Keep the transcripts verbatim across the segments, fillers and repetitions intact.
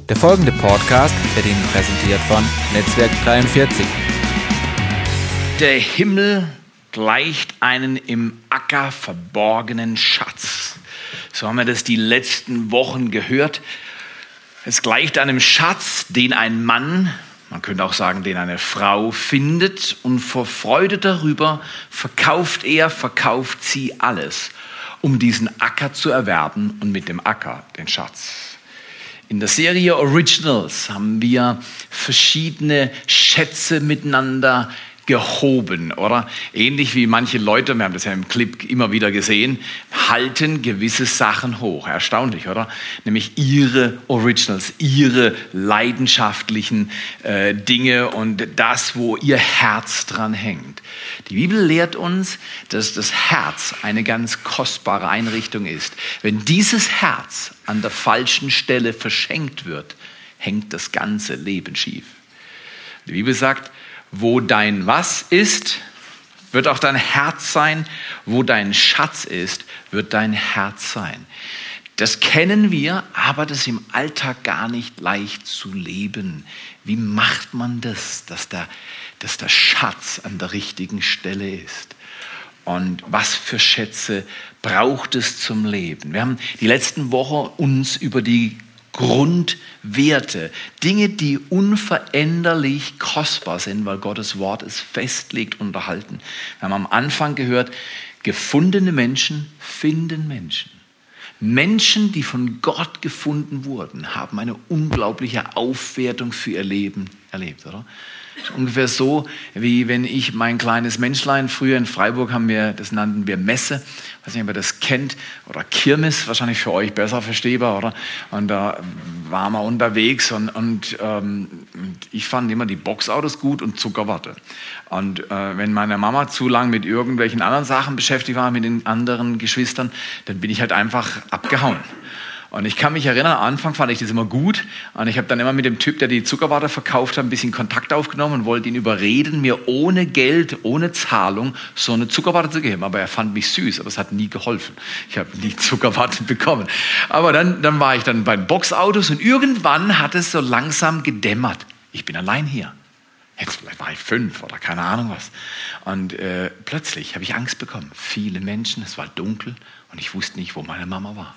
Der folgende Podcast wird Ihnen präsentiert von Netzwerk dreiundvierzig. Der Himmel gleicht einen im Acker verborgenen Schatz. So haben wir das die letzten Wochen gehört. Es gleicht einem Schatz, den ein Mann, man könnte auch sagen, den eine Frau findet, und vor Freude darüber verkauft er, verkauft sie alles, um diesen Acker zu erwerben und mit dem Acker den Schatz. In der Serie Originals haben wir verschiedene Schätze miteinander gehoben, oder? Ähnlich wie manche Leute, wir haben das ja im Clip immer wieder gesehen, halten gewisse Sachen hoch. Erstaunlich, oder? Nämlich ihre Originals, ihre leidenschaftlichen äh, Dinge und das, wo ihr Herz dran hängt. Die Bibel lehrt uns, dass das Herz eine ganz kostbare Einrichtung ist. Wenn dieses Herz an der falschen Stelle verschenkt wird, hängt das ganze Leben schief. Die Bibel sagt, wo dein Was ist, wird auch dein Herz sein. Wo dein Schatz ist, wird dein Herz sein. Das kennen wir, aber das ist im Alltag gar nicht leicht zu leben. Wie macht man das, dass der, dass der Schatz an der richtigen Stelle ist? Und was für Schätze braucht es zum Leben? Wir haben die letzten Wochen uns über die Grundwerte, Dinge, die unveränderlich kostbar sind, weil Gottes Wort es festlegt, unterhalten. Wir haben am Anfang gehört, gefundene Menschen finden Menschen. Menschen, die von Gott gefunden wurden, haben eine unglaubliche Aufwertung für ihr Leben erlebt, oder? Ungefähr so, wie wenn ich mein kleines Menschlein, früher in Freiburg haben wir, das nannten wir Messe, ich weiß nicht, ob ihr das kennt, oder Kirmes, wahrscheinlich für euch besser verstehbar, oder? Und da waren wir unterwegs und, und ähm, ich fand immer die Boxautos gut und Zuckerwatte. Und äh, wenn meine Mama zu lang mit irgendwelchen anderen Sachen beschäftigt war, mit den anderen Geschwistern, dann bin ich halt einfach abgehauen. Und ich kann mich erinnern, am Anfang fand ich das immer gut. Und ich habe dann immer mit dem Typ, der die Zuckerwatte verkauft hat, ein bisschen Kontakt aufgenommen und wollte ihn überreden, mir ohne Geld, ohne Zahlung so eine Zuckerwatte zu geben. Aber er fand mich süß, aber es hat nie geholfen. Ich habe nie Zuckerwatte bekommen. Aber dann, dann war ich dann bei den Boxautos und irgendwann hat es so langsam gedämmert. Ich bin allein hier. Jetzt vielleicht war ich fünf oder keine Ahnung was. Und äh, plötzlich habe ich Angst bekommen. Viele Menschen, es war dunkel und ich wusste nicht, wo meine Mama war.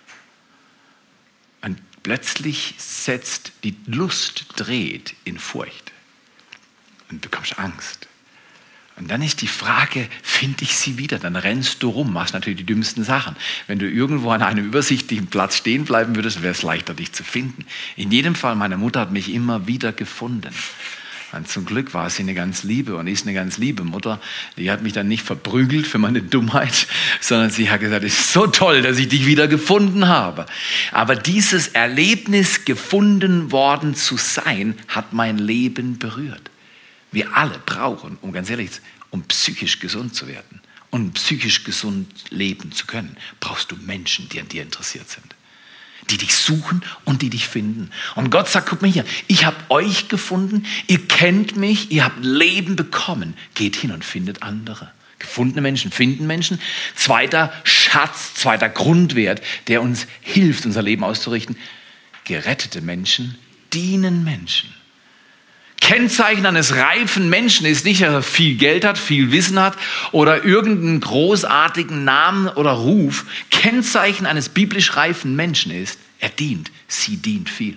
Und plötzlich setzt die Lust, dreht in Furcht und bekommst Angst. Und dann ist die Frage, finde ich sie wieder? Dann rennst du rum, machst natürlich die dümmsten Sachen. Wenn du irgendwo an einem übersichtlichen Platz stehen bleiben würdest, wäre es leichter, dich zu finden. In jedem Fall, meine Mutter hat mich immer wieder gefunden. Und zum Glück war sie eine ganz liebe und ist eine ganz liebe Mutter. Die hat mich dann nicht verprügelt für meine Dummheit, sondern sie hat gesagt, es ist so toll, dass ich dich wieder gefunden habe. Aber dieses Erlebnis, gefunden worden zu sein, hat mein Leben berührt. Wir alle brauchen, um ganz ehrlich, um psychisch gesund zu werden und psychisch gesund leben zu können, brauchst du Menschen, die an dir interessiert sind. Die dich suchen und die dich finden. Und Gott sagt, guck mal hier, ich habe euch gefunden, ihr kennt mich, ihr habt Leben bekommen. Geht hin und findet andere. Gefundene Menschen finden Menschen. Zweiter Schatz, zweiter Grundwert, der uns hilft, unser Leben auszurichten. Gerettete Menschen dienen Menschen. Kennzeichen eines reifen Menschen ist nicht, dass er viel Geld hat, viel Wissen hat oder irgendeinen großartigen Namen oder Ruf. Kennzeichen eines biblisch reifen Menschen ist, er dient, sie dient viel.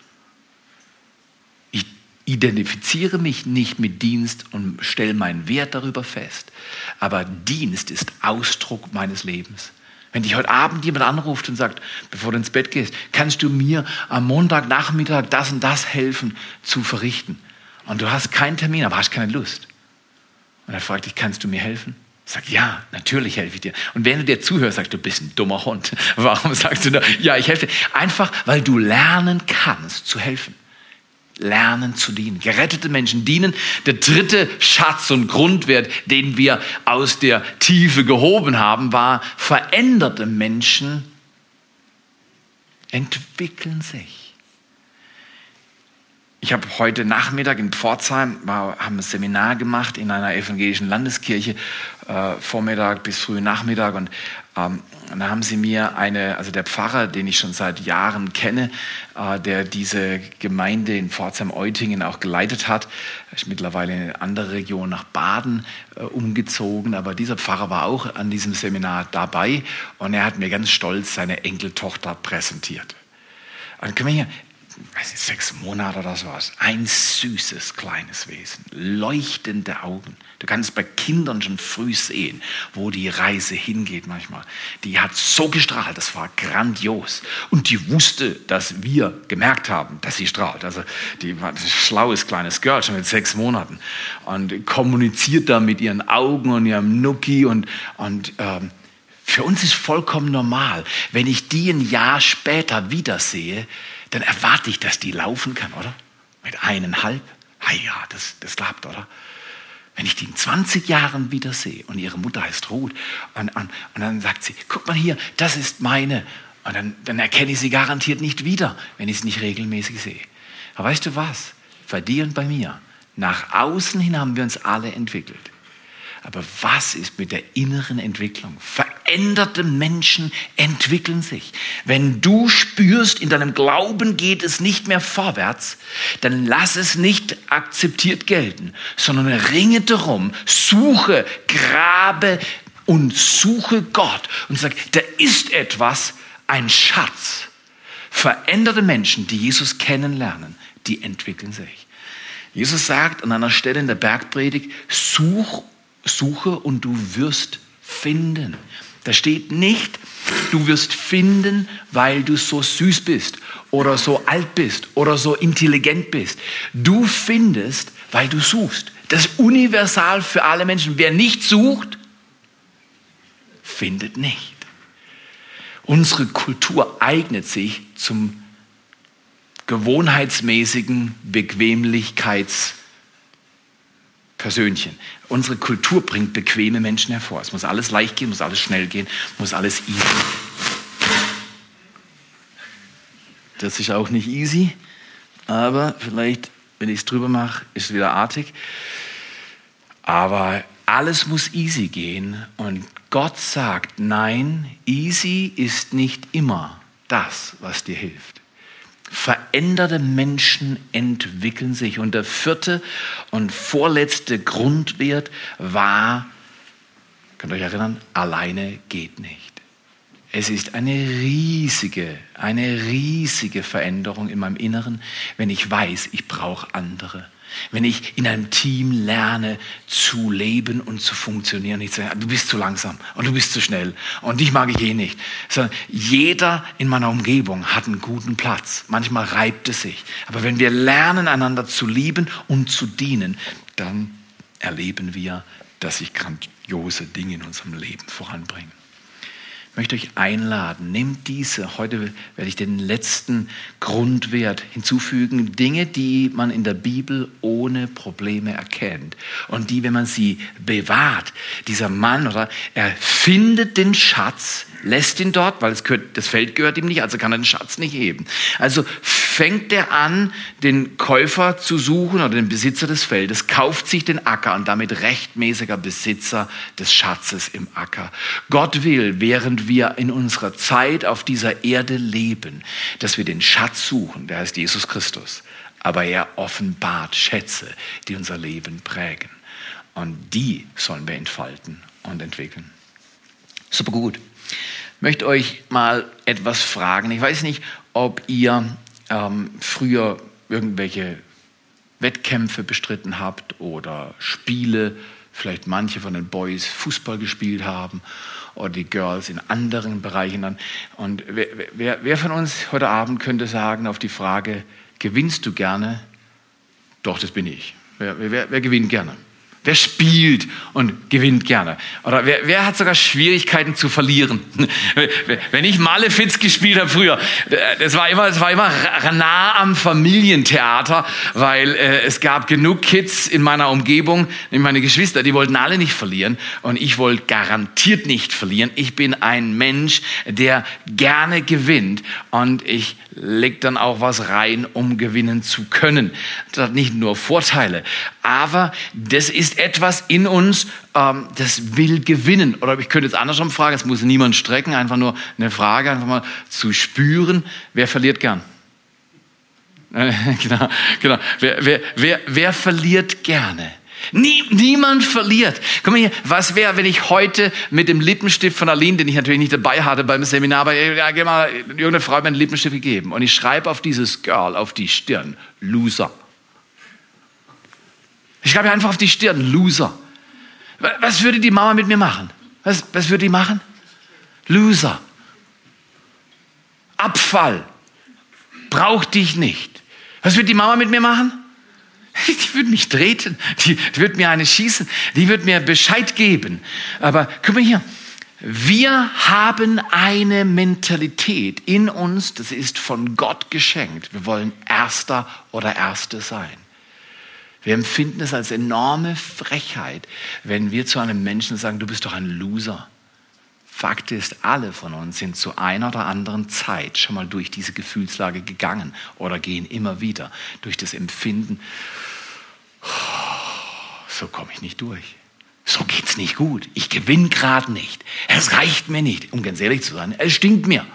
Ich identifiziere mich nicht mit Dienst und stelle meinen Wert darüber fest, aber Dienst ist Ausdruck meines Lebens. Wenn dich heute Abend jemand anruft und sagt, bevor du ins Bett gehst, kannst du mir am Montagnachmittag das und das helfen zu verrichten? Und du hast keinen Termin, aber hast keine Lust. Und er fragt dich, kannst du mir helfen? Sag, ja, natürlich helfe ich dir. Und wenn du dir zuhörst, sagst du, du bist ein dummer Hund. Warum sagst du da, ja, ich helfe dir? Einfach, weil du lernen kannst, zu helfen. Lernen zu dienen. Gerettete Menschen dienen. Der dritte Schatz und Grundwert, den wir aus der Tiefe gehoben haben, war, veränderte Menschen entwickeln sich. Ich habe heute Nachmittag in Pforzheim, war, haben ein Seminar gemacht in einer evangelischen Landeskirche, äh, Vormittag bis frühen Nachmittag. Und Ähm, und da haben sie mir eine, also der Pfarrer, den ich schon seit Jahren kenne, äh, der diese Gemeinde in Pforzheim-Eutingen auch geleitet hat, ist mittlerweile in eine andere Region nach Baden äh, umgezogen, aber dieser Pfarrer war auch an diesem Seminar dabei und er hat mir ganz stolz seine Enkeltochter präsentiert. Und können wir hier, weiß nicht, sechs Monate oder sowas, ein süßes kleines Wesen, leuchtende Augen. Du kannst bei Kindern schon früh sehen, wo die Reise hingeht manchmal. Die hat so gestrahlt, das war grandios. Und die wusste, dass wir gemerkt haben, dass sie strahlt. Also die war ein schlaues kleines Girl, schon mit sechs Monaten. Und kommuniziert da mit ihren Augen und ihrem Nucki. Und, und ähm, für uns ist vollkommen normal, wenn ich die ein Jahr später wiedersehe, dann erwarte ich, dass die laufen kann, oder? Mit eineinhalb. Ah ja, das, das klappt, oder? Wenn ich die in zwanzig Jahren wiedersehe und ihre Mutter heißt Ruth und, und, und dann sagt sie, guck mal hier, das ist meine. Und dann, dann erkenne ich sie garantiert nicht wieder, wenn ich sie nicht regelmäßig sehe. Aber weißt du was? Bei dir und bei mir, nach außen hin haben wir uns alle entwickelt. Aber was ist mit der inneren Entwicklung? Veränderte Menschen entwickeln sich. Wenn du spürst, in deinem Glauben geht es nicht mehr vorwärts, dann lass es nicht akzeptiert gelten, sondern ringe darum, suche, grabe und suche Gott und sag, da ist etwas, ein Schatz. Veränderte Menschen, die Jesus kennenlernen, die entwickeln sich. Jesus sagt an einer Stelle in der Bergpredigt, such Suche und du wirst finden. Da steht nicht, du wirst finden, weil du so süß bist oder so alt bist oder so intelligent bist. Du findest, weil du suchst. Das ist universal für alle Menschen. Wer nicht sucht, findet nicht. Unsere Kultur eignet sich zum gewohnheitsmäßigen Bequemlichkeits- Persönchen. Unsere Kultur bringt bequeme Menschen hervor. Es muss alles leicht gehen, muss alles schnell gehen, muss alles easy. Das ist auch nicht easy, aber vielleicht, wenn ich es drüber mache, ist es wieder artig. Aber alles muss easy gehen und Gott sagt, nein, easy ist nicht immer das, was dir hilft. Veränderte Menschen entwickeln sich. Und der vierte und vorletzte Grundwert war, könnt ihr euch erinnern, alleine geht nicht. Es ist eine riesige, eine riesige Veränderung in meinem Inneren, wenn ich weiß, ich brauche andere. Wenn ich in einem Team lerne zu leben und zu funktionieren, nicht zu sagen, du bist zu langsam und du bist zu schnell und dich mag ich eh nicht. Sondern jeder in meiner Umgebung hat einen guten Platz. Manchmal reibt es sich. Aber wenn wir lernen, einander zu lieben und zu dienen, dann erleben wir, dass sich grandiose Dinge in unserem Leben voranbringen. Ich möchte euch einladen, nehmt diese, heute werde ich den letzten Grundwert hinzufügen, Dinge, die man in der Bibel ohne Probleme erkennt und die, wenn man sie bewahrt, dieser Mann, oder er findet den Schatz, lässt ihn dort, weil es gehört, das Feld gehört ihm nicht, also kann er den Schatz nicht heben. Also fängt er an, den Käufer zu suchen oder den Besitzer des Feldes, kauft sich den Acker und damit rechtmäßiger Besitzer des Schatzes im Acker. Gott will, während wir in unserer Zeit auf dieser Erde leben, dass wir den Schatz suchen, der heißt Jesus Christus. Aber er offenbart Schätze, die unser Leben prägen. Und die sollen wir entfalten und entwickeln. Super gut. Ich möchte euch mal etwas fragen. Ich weiß nicht, ob ihr ähm, früher irgendwelche Wettkämpfe bestritten habt oder Spiele, vielleicht manche von den Boys Fußball gespielt haben oder die Girls in anderen Bereichen dann. Und wer, wer, wer von uns heute Abend könnte sagen auf die Frage, gewinnst du gerne? Doch, das bin ich. Wer, wer, wer gewinnt gerne? Wer spielt und gewinnt gerne? Oder wer, wer hat sogar Schwierigkeiten zu verlieren? Wenn ich Malefiz gespielt habe früher, das war immer, das war immer nah am Familientheater, weil äh, es gab genug Kids in meiner Umgebung, nämlich meine Geschwister, die wollten alle nicht verlieren und ich wollte garantiert nicht verlieren. Ich bin ein Mensch, der gerne gewinnt und ich leg dann auch was rein, um gewinnen zu können. Das hat nicht nur Vorteile, aber das ist ist etwas in uns, ähm, das will gewinnen. Oder ich könnte jetzt andersrum fragen, es muss niemand strecken, einfach nur eine Frage, einfach mal zu spüren, wer verliert gern? genau, genau. Wer, wer, wer, wer verliert gerne? Nie, niemand verliert. Guck mal hier, was wäre, wenn ich heute mit dem Lippenstift von Aline, den ich natürlich nicht dabei hatte beim Seminar, aber ja, geh mal, irgendeine Frau hat mir einen Lippenstift gegeben und ich schreibe auf dieses Girl, auf die Stirn, Loser. Ich schreibe einfach auf die Stirn, Loser. Was würde die Mama mit mir machen? Was, was würde die machen? Loser. Abfall. Braucht dich nicht. Was wird die Mama mit mir machen? Die würde mich treten, die, die würde mir eine schießen, die würde mir Bescheid geben. Aber guck mal hier, wir haben eine Mentalität in uns, das ist von Gott geschenkt. Wir wollen Erster oder Erste sein. Wir empfinden es als enorme Frechheit, wenn wir zu einem Menschen sagen, du bist doch ein Loser. Fakt ist, alle von uns sind zu einer oder anderen Zeit schon mal durch diese Gefühlslage gegangen oder gehen immer wieder durch das Empfinden, so komme ich nicht durch. So geht's nicht gut. Ich gewinne gerade nicht. Es reicht mir nicht, um ganz ehrlich zu sein. Es stinkt mir.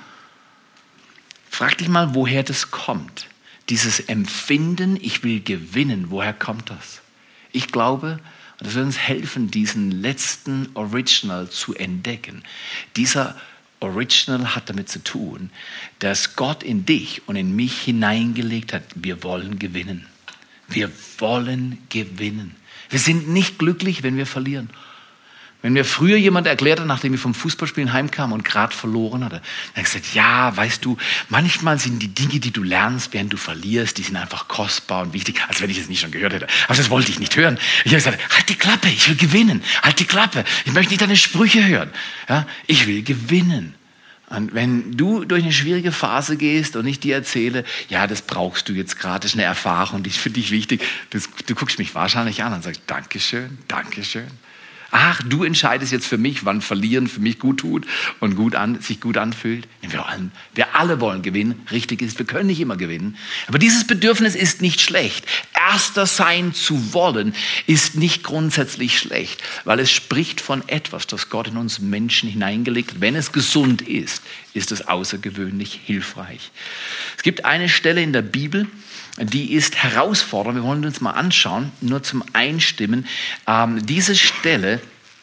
Frag dich mal, woher das kommt. Dieses Empfinden, ich will gewinnen, woher kommt das? Ich glaube, und das wird uns helfen, diesen letzten Original zu entdecken. Dieser Original hat damit zu tun, dass Gott in dich und in mich hineingelegt hat, wir wollen gewinnen. Wir wollen gewinnen. Wir sind nicht glücklich, wenn wir verlieren. Wenn mir früher jemand erklärt hat, nachdem ich vom Fußballspielen heimkam und gerade verloren hatte, dann hat er gesagt, ja, weißt du, manchmal sind die Dinge, die du lernst, während du verlierst, die sind einfach kostbar und wichtig, als wenn ich es nicht schon gehört hätte. Aber das wollte ich nicht hören. Ich habe gesagt, halt die Klappe, ich will gewinnen. Halt die Klappe, ich möchte nicht deine Sprüche hören. Ja, ich will gewinnen. Und wenn du durch eine schwierige Phase gehst und ich dir erzähle, ja, das brauchst du jetzt gerade, das ist eine Erfahrung, die ist für dich wichtig, das, du guckst mich wahrscheinlich an und sagst, Dankeschön, Dankeschön. Ach, du entscheidest jetzt für mich, wann Verlieren für mich gut tut und gut an, sich gut anfühlt. Wir, wollen, wir alle wollen gewinnen. Richtig ist, wir können nicht immer gewinnen. Aber dieses Bedürfnis ist nicht schlecht. Erster sein zu wollen ist nicht grundsätzlich schlecht, weil es spricht von etwas, das Gott in uns Menschen hineingelegt hat. Wenn es gesund ist, ist es außergewöhnlich hilfreich. Es gibt eine Stelle in der Bibel, die ist herausfordernd. Wir wollen uns mal anschauen, nur zum Einstimmen. Ähm, diese Stelle,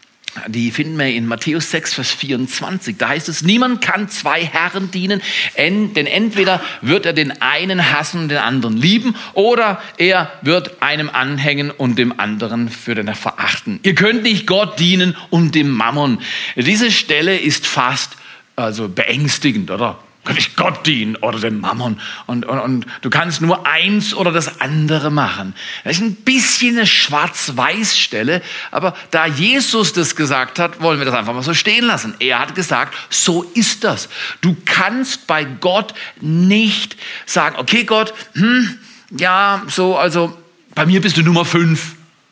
die finden wir in Matthäus sechs, Vers vierundzwanzig. Da heißt es, niemand kann zwei Herren dienen, denn entweder wird er den einen hassen und den anderen lieben, oder er wird einem anhängen und dem anderen für den verachten. Ihr könnt nicht Gott dienen und dem Mammon. Diese Stelle ist fast also beängstigend, oder? Kann ich Gott dienen oder dem Mammon? Und, und, und du kannst nur eins oder das andere machen. Das ist ein bisschen eine Schwarz-Weiß-Stelle, aber da Jesus das gesagt hat, wollen wir das einfach mal so stehen lassen. Er hat gesagt, so ist das. Du kannst bei Gott nicht sagen, okay Gott, hm, ja, so, also bei mir bist du Nummer fünf.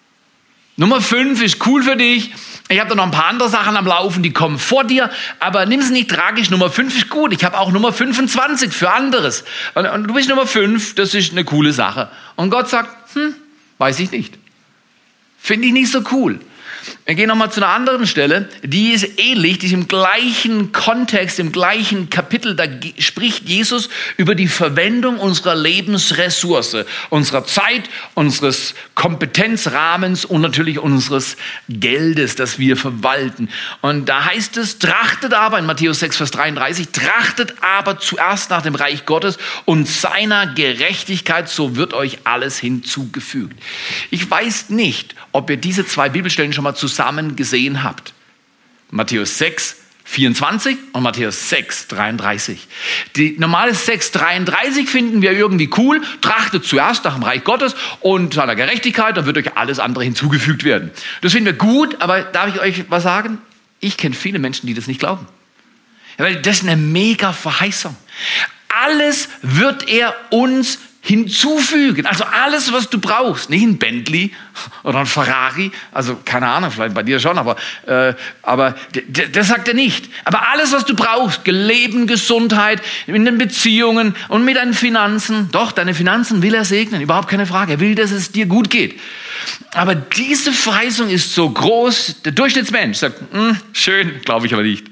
Nummer fünf ist cool für dich. Ich habe da noch ein paar andere Sachen am Laufen, die kommen vor dir, aber nimm es nicht tragisch. Nummer fünf ist gut. Ich habe auch Nummer fünfundzwanzig für anderes. Und, und du bist Nummer fünf, das ist eine coole Sache. Und Gott sagt, hm, weiß ich nicht. Finde ich nicht so cool. Wir gehen nochmal zu einer anderen Stelle, die ist ähnlich, die ist im gleichen Kontext, im gleichen Kapitel, da spricht Jesus über die Verwendung unserer Lebensressource, unserer Zeit, unseres Kompetenzrahmens und natürlich unseres Geldes, das wir verwalten. Und da heißt es, trachtet aber, in Matthäus sechs, Vers dreiunddreißig, trachtet aber zuerst nach dem Reich Gottes und seiner Gerechtigkeit, so wird euch alles hinzugefügt. Ich weiß nicht, ob ihr diese zwei Bibelstellen schon mal zusammen gesehen habt. Matthäus sechs, vierundzwanzig und Matthäus sechs, dreiunddreißig. Die normale sechs, dreiunddreißig finden wir irgendwie cool. Trachtet zuerst nach dem Reich Gottes und seiner Gerechtigkeit, dann wird euch alles andere hinzugefügt werden. Das finden wir gut, aber darf ich euch was sagen? Ich kenne viele Menschen, die das nicht glauben. Weil das ist eine mega Verheißung. Alles wird er uns hinzufügen. Also alles, was du brauchst. Nicht ein Bentley oder ein Ferrari. Also keine Ahnung, vielleicht bei dir schon, aber, äh, aber das sagt er nicht. Aber alles, was du brauchst, Leben, Gesundheit, in den Beziehungen und mit deinen Finanzen. Doch, deine Finanzen will er segnen, überhaupt keine Frage. Er will, dass es dir gut geht. Aber diese Verheißung ist so groß, der Durchschnittsmensch sagt, schön, glaube ich aber nicht.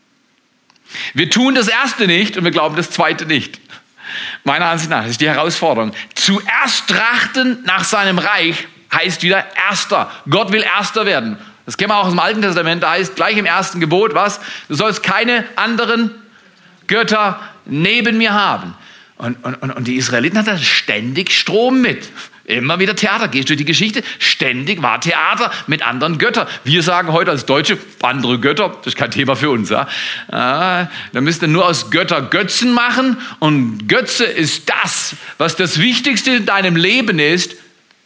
Wir tun das Erste nicht und wir glauben das Zweite nicht. Meiner Ansicht nach, das ist die Herausforderung. Zuerst trachten nach seinem Reich heißt wieder Erster. Gott will Erster werden. Das kennen wir auch aus dem Alten Testament. Da heißt gleich im ersten Gebot, was? Du sollst keine anderen Götter neben mir haben. Und, und, und die Israeliten hatten ständig Strom mit. Immer wieder Theater. Gehst du durch die Geschichte? Ständig war Theater mit anderen Göttern. Wir sagen heute als Deutsche, andere Götter, das ist kein Thema für uns. Ja? Ah, da müsst ihr nur aus Götter Götzen machen. Und Götze ist das, was das Wichtigste in deinem Leben ist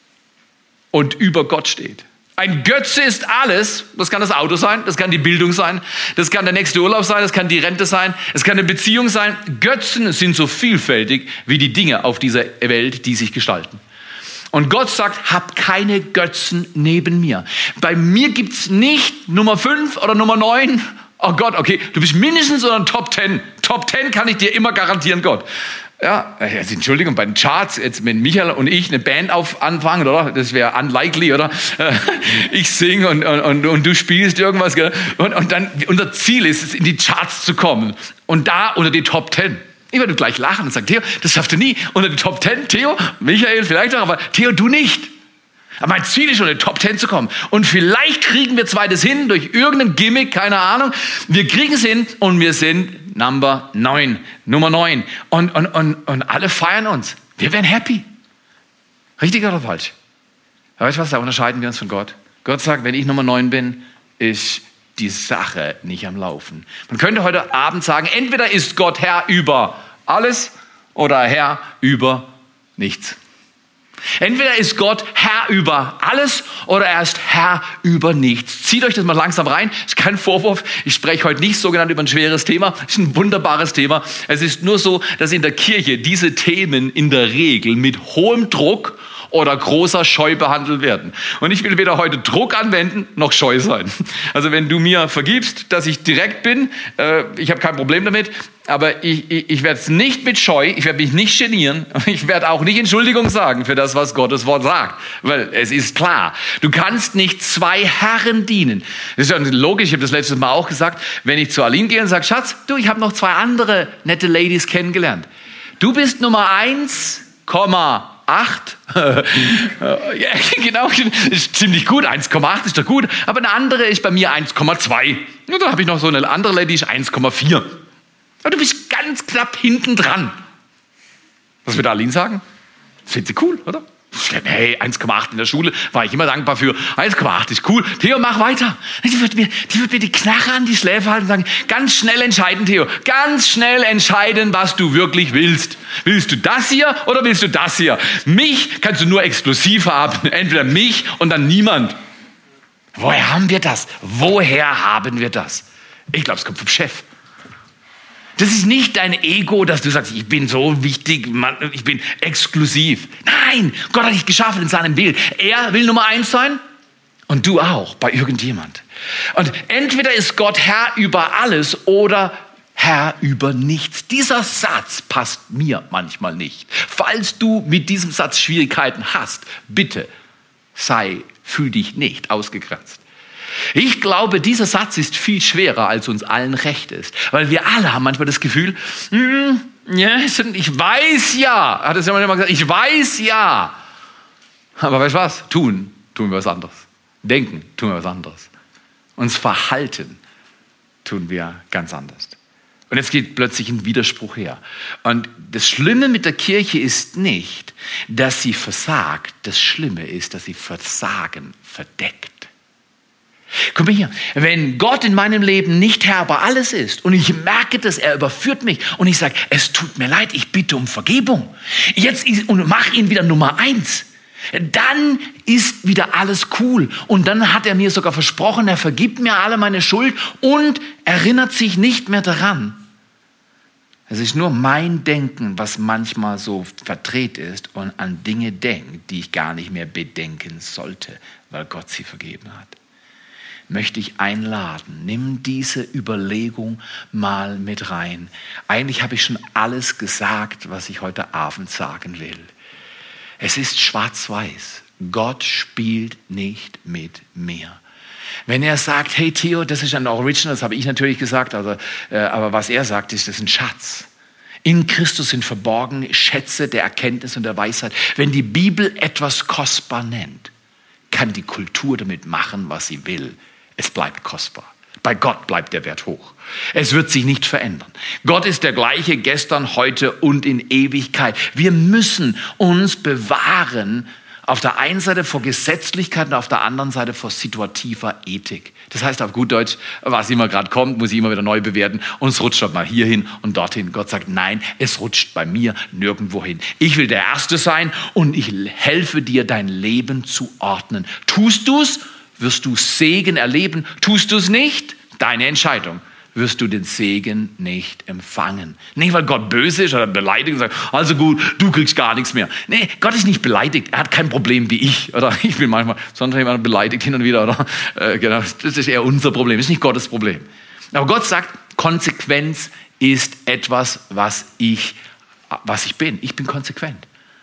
und über Gott steht. Ein Götze ist alles. Das kann das Auto sein, das kann die Bildung sein, das kann der nächste Urlaub sein, das kann die Rente sein, es kann eine Beziehung sein. Götzen sind so vielfältig wie die Dinge auf dieser Welt, die sich gestalten. Und Gott sagt, hab keine Götzen neben mir. Bei mir gibt's nicht Nummer fünf oder Nummer neun. Oh Gott, okay, du bist mindestens in den Top zehn. Top zehn kann ich dir immer garantieren, Gott. Ja, also Entschuldigung, bei den Charts, jetzt mit Michael und ich eine Band auf anfangen, oder? Das wäre unlikely, oder? Ich singe und, und, und du spielst irgendwas, gell? Und, und dann, unser Ziel ist es, in die Charts zu kommen. Und da unter die Top zehn. Ich werde gleich lachen und sagen, Theo, das schaffst du nie. Unter die Top zehn, Theo, Michael vielleicht auch, aber Theo, du nicht. Aber mein Ziel ist, unter die Top zehn zu kommen. Und vielleicht kriegen wir zweites hin durch irgendein Gimmick, keine Ahnung. Wir kriegen es hin und wir sind Number neun, Nummer neun. Und, und, und, und alle feiern uns. Wir werden happy. Richtig oder falsch? Weißt du was, da unterscheiden wir uns von Gott. Gott sagt, wenn ich Nummer neun bin, ist die Sache nicht am Laufen. Man könnte heute Abend sagen, entweder ist Gott Herr über alles oder Herr über nichts. Entweder ist Gott Herr über alles oder er ist Herr über nichts. Zieht euch das mal langsam rein. Ist kein Vorwurf. Ich spreche heute nicht sogenannt über ein schweres Thema. Ist ein wunderbares Thema. Es ist nur so, dass in der Kirche diese Themen in der Regel mit hohem Druck oder großer Scheu behandelt werden. Und ich will weder heute Druck anwenden, noch scheu sein. Also wenn du mir vergibst, dass ich direkt bin, äh, ich habe kein Problem damit, aber ich, ich, ich werde es nicht mit Scheu, ich werde mich nicht genieren, ich werde auch nicht Entschuldigung sagen für das, was Gottes Wort sagt. Weil es ist klar, du kannst nicht zwei Herren dienen. Das ist ja logisch, ich habe das letztes Mal auch gesagt, wenn ich zu Aline gehe und sage, Schatz, du, ich habe noch zwei andere nette Ladies kennengelernt. Du bist Nummer eins Komma acht. Ja, genau, ist ziemlich gut. eins Komma acht ist doch gut. Aber eine andere ist bei mir eins Komma zwei. Und dann habe ich noch so eine andere Lady, die ist eins Komma vier. Aber du bist ganz knapp hinten dran. Was wird Aline sagen? Das findet sie cool, oder? Hey, eins Komma acht in der Schule war ich immer dankbar für. eins Komma acht ist cool. Theo, mach weiter. Die wird, mir, die wird mir die Knarre an die Schläfe halten und sagen, ganz schnell entscheiden, Theo. Ganz schnell entscheiden, was du wirklich willst. Willst du das hier oder willst du das hier? Mich kannst du nur exklusiv haben. Entweder mich und dann niemand. Woher haben wir das? Woher haben wir das? Ich glaube, es kommt vom Chef. Das ist nicht dein Ego, dass du sagst, ich bin so wichtig, ich bin exklusiv. Nein, Gott hat dich geschaffen in seinem Bild. Er will Nummer eins sein und du auch, bei irgendjemand. Und entweder ist Gott Herr über alles oder Herr über nichts. Dieser Satz passt mir manchmal nicht. Falls du mit diesem Satz Schwierigkeiten hast, bitte sei, fühl dich nicht ausgegrenzt. Ich glaube, dieser Satz ist viel schwerer, als uns allen recht ist. Weil wir alle haben manchmal das Gefühl, hm, ja, ich weiß ja, hat es ja manchmal gesagt, ich weiß ja. Aber weißt du was? Tun, tun wir was anderes. Denken, tun wir was anderes. Uns verhalten, tun wir ganz anders. Und jetzt geht plötzlich ein Widerspruch her. Und das Schlimme mit der Kirche ist nicht, dass sie versagt. Das Schlimme ist, dass sie Versagen verdeckt. Guck mal hier, wenn Gott in meinem Leben nicht Herr über alles ist und ich merke, dass er überführt mich und ich sage, es tut mir leid, ich bitte um Vergebung, jetzt ist, und mach ihn wieder Nummer eins, dann ist wieder alles cool. Und dann hat er mir sogar versprochen, er vergibt mir alle meine Schuld und erinnert sich nicht mehr daran, Es ist nur mein Denken, was manchmal so verdreht ist und an Dinge denkt, die ich gar nicht mehr bedenken sollte, weil Gott sie vergeben hat. Möchte ich einladen, nimm diese Überlegung mal mit rein. Eigentlich habe ich schon alles gesagt, was ich heute Abend sagen will. Es ist schwarz-weiß. Gott spielt nicht mit mir. Wenn er sagt, hey Theo, das ist ein Original, das habe ich natürlich gesagt, also, äh, aber was er sagt, ist, das ist ein Schatz. In Christus sind verborgene Schätze der Erkenntnis und der Weisheit. Wenn die Bibel etwas kostbar nennt, kann die Kultur damit machen, was sie will. Es bleibt kostbar. Bei Gott bleibt der Wert hoch. Es wird sich nicht verändern. Gott ist der gleiche gestern, heute und in Ewigkeit. Wir müssen uns bewahren, auf der einen Seite vor Gesetzlichkeit und auf der anderen Seite vor situativer Ethik. Das heißt auf gut Deutsch, was immer gerade kommt, muss ich immer wieder neu bewerten und es rutscht halt mal hierhin und dorthin. Gott sagt, nein, es rutscht bei mir nirgendwo hin. Ich will der Erste sein und ich helfe dir, dein Leben zu ordnen. Tust du's, wirst du Segen erleben. Tust du's nicht, deine Entscheidung, wirst du den Segen nicht empfangen. Nicht, weil Gott böse ist oder beleidigt und sagt, also gut, du kriegst gar nichts mehr. Nee, Gott ist nicht beleidigt. Er hat kein Problem wie ich. Oder ich bin manchmal, sondern jemand beleidigt hin und wieder. Oder, äh, genau, das ist eher unser Problem. Das ist nicht Gottes Problem. Aber Gott sagt, Konsequenz ist etwas, was ich, was ich bin. Ich bin konsequent.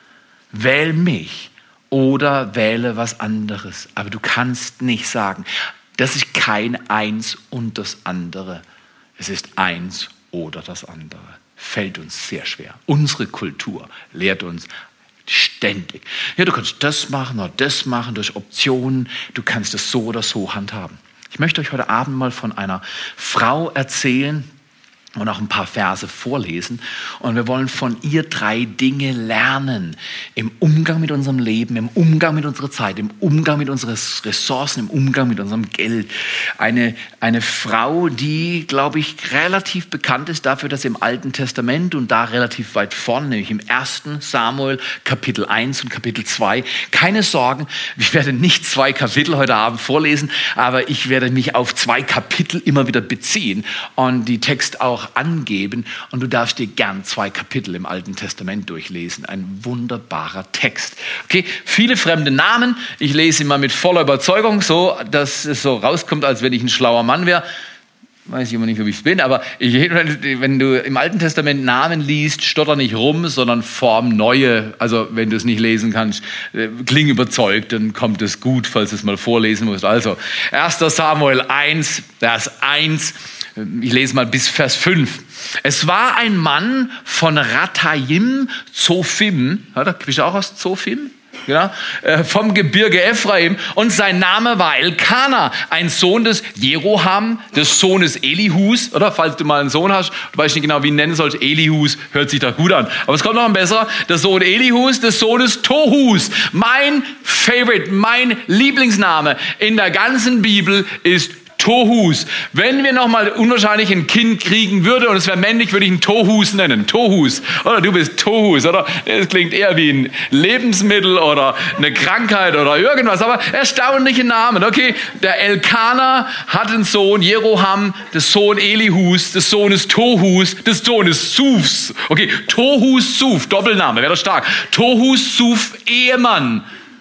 Wähl mich oder wähle was anderes. Aber du kannst nicht sagen, das ist kein Eins und das andere. Es ist eins oder das andere. Fällt uns sehr schwer. Unsere Kultur lehrt uns ständig. Ja, du kannst das machen oder das machen durch Optionen. Du kannst es so oder so handhaben. Ich möchte euch heute Abend mal von einer Frau erzählen und auch ein paar Verse vorlesen. Und wir wollen von ihr drei Dinge lernen. Im Umgang mit unserem Leben, im Umgang mit unserer Zeit, im Umgang mit unseren Ressourcen, im Umgang mit unserem Geld. Eine, eine Frau, die, glaube ich, relativ bekannt ist dafür, dass sie im Alten Testament und da relativ weit vorne, nämlich im ersten Samuel, Kapitel eins und Kapitel zwei. Keine Sorgen, ich werde nicht zwei Kapitel heute Abend vorlesen, aber ich werde mich auf zwei Kapitel immer wieder beziehen und die Text auch angeben und du darfst dir gern zwei Kapitel im Alten Testament durchlesen. Ein wunderbarer Text. Okay, viele fremde Namen. Ich lese ihn mal mit voller Überzeugung, so dass es so rauskommt, als wenn ich ein schlauer Mann wäre. Weiß ich immer nicht, ob ich es bin, aber ich, wenn du im Alten Testament Namen liest, stotter nicht rum, sondern form neue. Also wenn du es nicht lesen kannst, kling überzeugt, dann kommt es gut, falls du es mal vorlesen musst. Also erster Samuel eins, Vers eins. Ich lese mal bis Vers fünf. Es war ein Mann von Rathaim, Zophim. Ja, da bist du auch aus Zophim? Ja, vom Gebirge Ephraim. Und sein Name war Elkana, ein Sohn des Jeroham, des Sohnes Elihus. Oder falls du mal einen Sohn hast, du weißt nicht genau, wie ihn nennen sollst. Elihus hört sich da gut an. Aber es kommt noch ein besserer. Der Sohn Elihus, des Sohnes Tohus. Mein Favorite, mein Lieblingsname in der ganzen Bibel ist Tohus. Wenn wir nochmal unwahrscheinlich ein Kind kriegen würden und es wäre männlich, würde ich ihn Tohus nennen. Tohus. Oder du bist Tohus. Oder es klingt eher wie ein Lebensmittel oder eine Krankheit oder irgendwas. Aber erstaunliche Namen. Okay, der Elkana hat einen Sohn, Jeroham, des Sohn Elihus, des Sohnes Tohus, des Sohnes Sufs. Okay, Tohus Suf, Doppelname, wäre doch stark. Tohus Suf, Ehemann.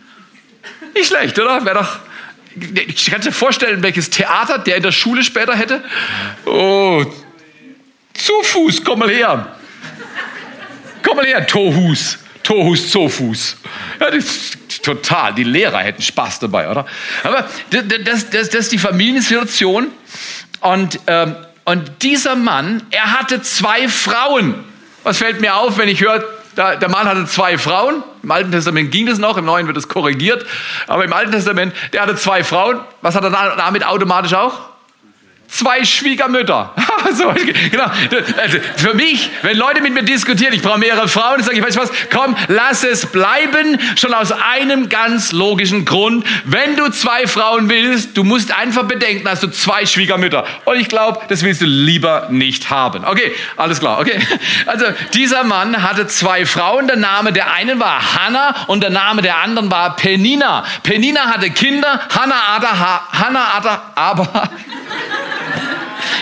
Nicht schlecht, oder? Wäre doch... Ich kann dir vorstellen, welches Theater der in der Schule später hätte. Oh, Zufus, komm mal her. Komm mal her, Tohus. Tohus, Zofus. Ja, das ist total, die Lehrer hätten Spaß dabei, oder? Aber das, das, das ist die Familiensituation. Und, ähm, und dieser Mann, er hatte zwei Frauen. Was fällt mir auf, wenn ich höre, der, der Mann hatte zwei Frauen. Im Alten Testament ging das noch, im Neuen wird es korrigiert. Aber im Alten Testament, der hatte zwei Frauen. Was hat er damit automatisch auch? Zwei Schwiegermütter. So, genau. Also für mich, wenn Leute mit mir diskutieren, ich brauche mehrere Frauen, dann sage ich, weißt du was, komm, lass es bleiben. Schon aus einem ganz logischen Grund. Wenn du zwei Frauen willst, du musst einfach bedenken, hast du zwei Schwiegermütter. Und ich glaube, das willst du lieber nicht haben. Okay, alles klar. Okay. Also dieser Mann hatte zwei Frauen. Der Name der einen war Hannah und der Name der anderen war Penina. Penina hatte Kinder, Hannah hatte, Hannah hatte aber...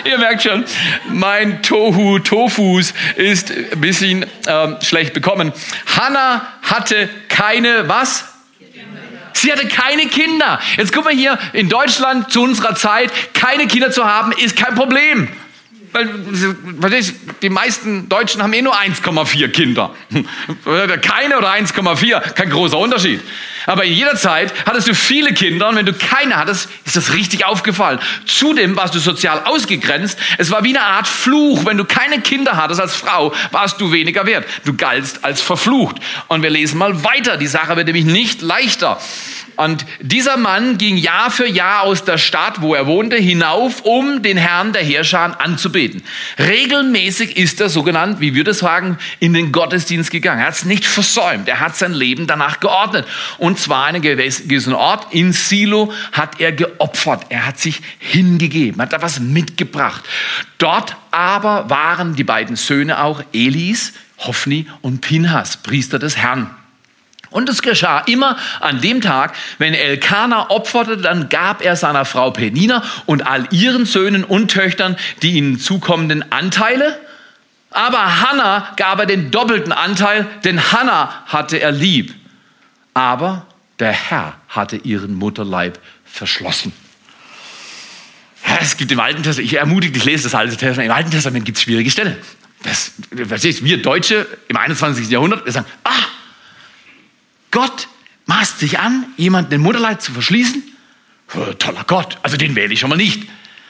Ihr merkt schon, mein Tohu Tofus ist ein bisschen ähm, schlecht bekommen. Hannah hatte keine, was? Sie hatte keine Kinder. Jetzt guck mal hier, in Deutschland zu unserer Zeit, keine Kinder zu haben, ist kein Problem. Weil, die meisten Deutschen haben eh nur eins Komma vier Kinder. Keine oder eins Komma vier, kein großer Unterschied. Aber in jeder Zeit hattest du viele Kinder und wenn du keine hattest, ist das richtig aufgefallen. Zudem warst du sozial ausgegrenzt. Es war wie eine Art Fluch. Wenn du keine Kinder hattest als Frau, warst du weniger wert. Du galtst als verflucht. Und wir lesen mal weiter. Die Sache wird nämlich nicht leichter. Und dieser Mann ging Jahr für Jahr aus der Stadt, wo er wohnte, hinauf, um den Herrn der Heerscharen anzubeten. Regelmäßig ist er, so genannt, wie wir das sagen, in den Gottesdienst gegangen. Er hat es nicht versäumt. Er hat sein Leben danach geordnet. Und zwar an einem gewissen Ort, in Silo, hat er geopfert. Er hat sich hingegeben, hat da was mitgebracht. Dort aber waren die beiden Söhne auch, Elis, Hophni und Pinhas, Priester des Herrn. Und es geschah immer an dem Tag, wenn Elkanah opferte, dann gab er seiner Frau Penina und all ihren Söhnen und Töchtern die ihnen zukommenden Anteile. Aber Hannah gab er den doppelten Anteil, denn Hannah hatte er lieb. Aber der Herr hatte ihren Mutterleib verschlossen. Ja, es gibt im Alten Testament, ich ermutige dich, lese das Alte Testament, im Alten Testament gibt es schwierige Stellen. Das, verstehst, wir Deutsche im einundzwanzigsten Jahrhundert, wir sagen, ah, Gott maßt sich an, jemanden den Mutterleib zu verschließen. Oh, toller Gott, also den wähle ich schon mal nicht.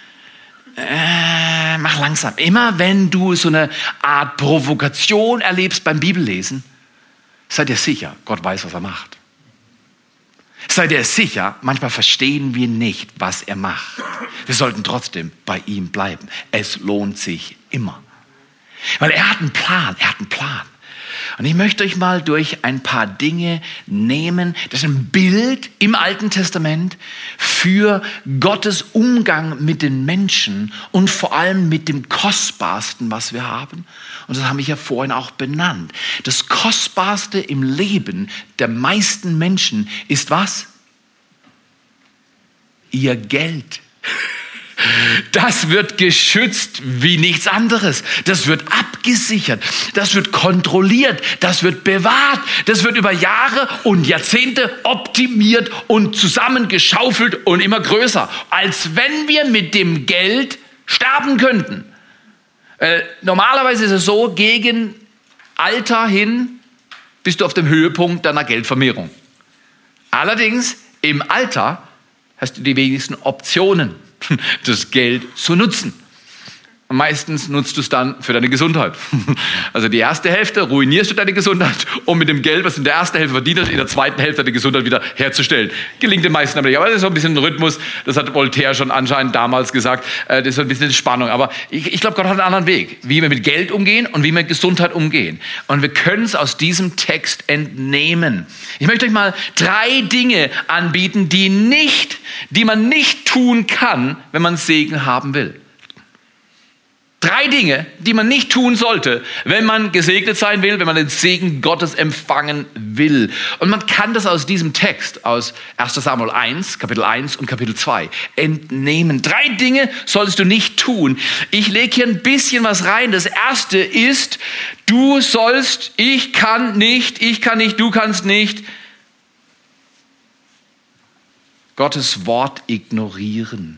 Äh, mach langsam. Immer wenn du so eine Art Provokation erlebst beim Bibellesen, sei dir sicher, Gott weiß, was er macht. Sei dir sicher, manchmal verstehen wir nicht, was er macht. Wir sollten trotzdem bei ihm bleiben. Es lohnt sich immer. Weil er hat einen Plan, er hat einen Plan. Und ich möchte euch mal durch ein paar Dinge nehmen. Das ist ein Bild im Alten Testament für Gottes Umgang mit den Menschen und vor allem mit dem Kostbarsten, was wir haben. Und das habe ich ja vorhin auch benannt. Das Kostbarste im Leben der meisten Menschen ist was? Ihr Geld. Das wird geschützt wie nichts anderes. Das wird abgesichert. Das wird kontrolliert. Das wird bewahrt. Das wird über Jahre und Jahrzehnte optimiert und zusammengeschaufelt und immer größer. Als wenn wir mit dem Geld sterben könnten. Äh, normalerweise ist es so, gegen Alter hin bist du auf dem Höhepunkt deiner Geldvermehrung. Allerdings im Alter hast du die wenigsten Optionen, das Geld zu nutzen. Und meistens nutzt du es dann für deine Gesundheit. Also die erste Hälfte ruinierst du deine Gesundheit, um mit dem Geld, was du in der ersten Hälfte verdient hast, in der zweiten Hälfte deine Gesundheit wieder herzustellen. Gelingt den meisten aber nicht. Aber das ist so ein bisschen ein Rhythmus, das hat Voltaire schon anscheinend damals gesagt, das ist so ein bisschen eine Spannung. Aber ich, ich glaube, Gott hat einen anderen Weg, wie wir mit Geld umgehen und wie wir mit Gesundheit umgehen. Und wir können es aus diesem Text entnehmen. Ich möchte euch mal drei Dinge anbieten, die nicht, die man nicht tun kann, wenn man Segen haben will. Drei Dinge, die man nicht tun sollte, wenn man gesegnet sein will, wenn man den Segen Gottes empfangen will. Und man kann das aus diesem Text, aus erster Samuel eins, Kapitel eins und Kapitel zwei, entnehmen. Drei Dinge solltest du nicht tun. Ich lege hier ein bisschen was rein. Das erste ist, du sollst, ich kann nicht, ich kann nicht, du kannst nicht, Gottes Wort ignorieren.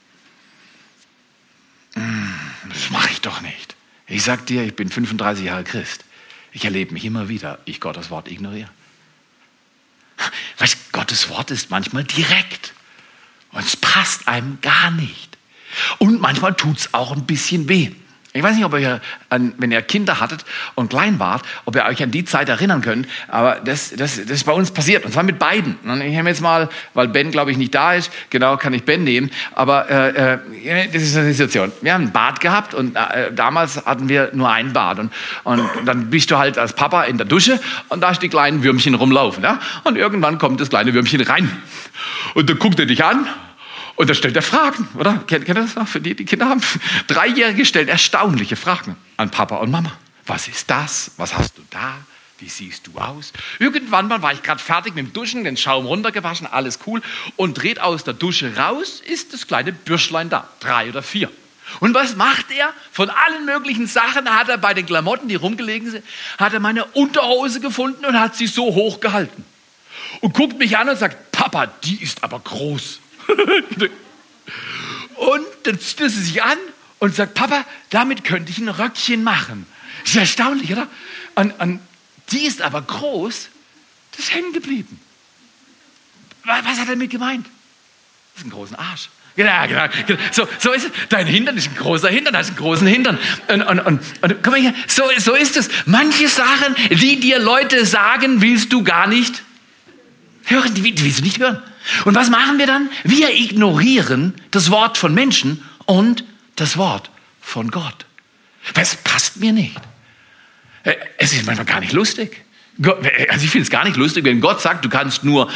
Das mache ich doch nicht. Ich sag dir, ich bin fünfunddreißig Jahre Christ. Ich erlebe mich immer wieder, ich Gottes Wort ignoriere. Weißt, Gottes Wort ist manchmal direkt. Und es passt einem gar nicht. Und manchmal tut es auch ein bisschen weh. Ich weiß nicht, ob ihr, wenn ihr Kinder hattet und klein wart, ob ihr euch an die Zeit erinnern könnt, aber das, das, das ist bei uns passiert, und zwar mit beiden. Und ich nehme jetzt mal, weil Ben, glaube ich, nicht da ist, genau, kann ich Ben nehmen, aber äh, äh, das ist eine Situation. Wir haben ein Bad gehabt und äh, damals hatten wir nur ein Bad und, und dann bist du halt als Papa in der Dusche und da ist die kleinen Würmchen rumlaufen. Ja? Und irgendwann kommt das kleine Würmchen rein und dann guckt er dich an. Und dann stellt er Fragen, oder? Kennt, kennt ihr das noch, für die, die Kinder haben? Dreijährige stellen erstaunliche Fragen an Papa und Mama. Was ist das? Was hast du da? Wie siehst du aus? Irgendwann mal war ich gerade fertig mit dem Duschen, den Schaum runtergewaschen, alles cool. Und dreht aus der Dusche raus, ist das kleine Bürschlein da. Drei oder vier. Und was macht er? Von allen möglichen Sachen hat er bei den Klamotten, die rumgelegen sind, hat er meine Unterhose gefunden und hat sie so hoch gehalten. Und guckt mich an und sagt, Papa, die ist aber groß. Und dann zieht er sie sich an und sagt, Papa, damit könnte ich ein Röckchen machen. Das ist erstaunlich, oder? Und, und die ist aber groß, das ist hängen geblieben. Was hat er damit gemeint? Das ist ein großen Arsch. Genau, genau, genau. So, so ist es. Dein Hintern ist ein großer Hintern, das ist einen großen Hintern. Und, und, und, und guck mal hier, so, so ist es. Manche Sachen, die dir Leute sagen, willst du gar nicht hören. Die, die willst du nicht hören. Und was machen wir dann? Wir ignorieren das Wort von Menschen und das Wort von Gott. Das passt mir nicht. Es ist manchmal gar nicht lustig. Also ich finde es gar nicht lustig, wenn Gott sagt, du kannst nur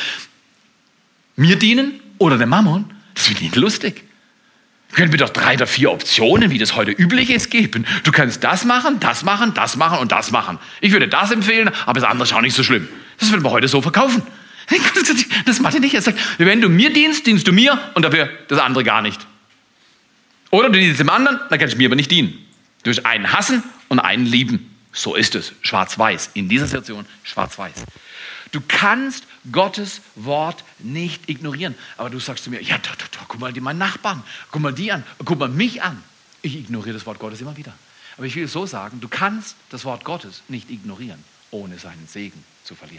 mir dienen oder dem Mammon. Das finde ich nicht lustig. Können wir doch drei oder vier Optionen, wie das heute üblich ist, geben. Du kannst das machen, das machen, das machen und das machen. Ich würde das empfehlen, aber das andere ist auch nicht so schlimm. Das würden wir heute so verkaufen. Das macht er nicht. Er sagt, wenn du mir dienst, dienst du mir und dafür das andere gar nicht. Oder du dienst dem anderen, dann kannst du mir aber nicht dienen. Du wirst einen hassen und einen lieben. So ist es. Schwarz-Weiß. In dieser Situation schwarz-weiß. Du kannst Gottes Wort nicht ignorieren. Aber du sagst zu mir, ja, da, da, da, guck mal die meinen Nachbarn, guck mal die an, guck mal mich an. Ich ignoriere das Wort Gottes immer wieder. Aber ich will es so sagen, du kannst das Wort Gottes nicht ignorieren, ohne seinen Segen zu verlieren.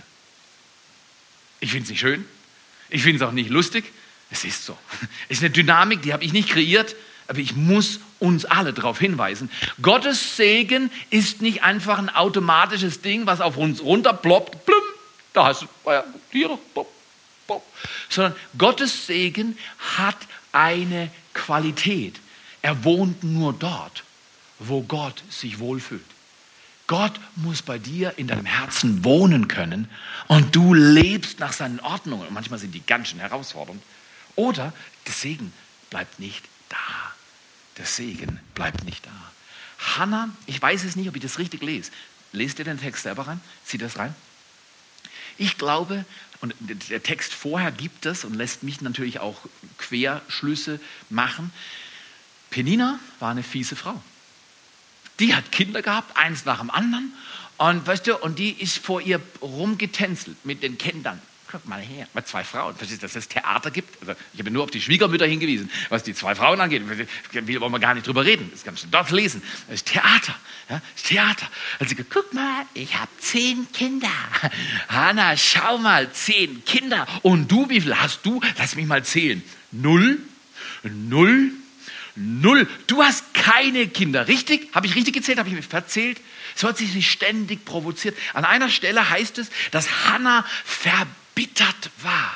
Ich finde es nicht schön, ich finde es auch nicht lustig, es ist so. Es ist eine Dynamik, die habe ich nicht kreiert, aber ich muss uns alle darauf hinweisen. Gottes Segen ist nicht einfach ein automatisches Ding, was auf uns runterploppt, plum, da hast du, ja, hier, pop, pop. Sondern Gottes Segen hat eine Qualität. Er wohnt nur dort, wo Gott sich wohlfühlt. Gott muss bei dir in deinem Herzen wohnen können und du lebst nach seinen Ordnungen. Und manchmal sind die ganz schön herausfordernd. Oder der Segen bleibt nicht da. Der Segen bleibt nicht da. Hannah, ich weiß es nicht, ob ich das richtig lese. Lest ihr den Text selber rein? Zieht das rein? Ich glaube, und der Text vorher gibt es und lässt mich natürlich auch Querschlüsse machen. Penina war eine fiese Frau. Die hat Kinder gehabt, eins nach dem anderen. Und weißt du, und die ist vor ihr rumgetänzelt mit den Kindern. Guck mal her, mit zwei Frauen. Verstehst du, dass es Theater gibt? Also ich habe nur auf die Schwiegermütter hingewiesen, was die zwei Frauen angeht. Wir wollen wir gar nicht drüber reden. Das kannst du dort lesen. Das ist Theater. Ja, das ist Theater. Also guck mal, ich habe zehn Kinder. Hannah, schau mal, zehn Kinder. Und du, wie viel hast du? Lass mich mal zählen. Null, null, null. Du hast keine Kinder, richtig? Habe ich richtig gezählt? Habe ich mich verzählt? So hat sie sich ständig provoziert. An einer Stelle heißt es, dass Hannah verbittert war.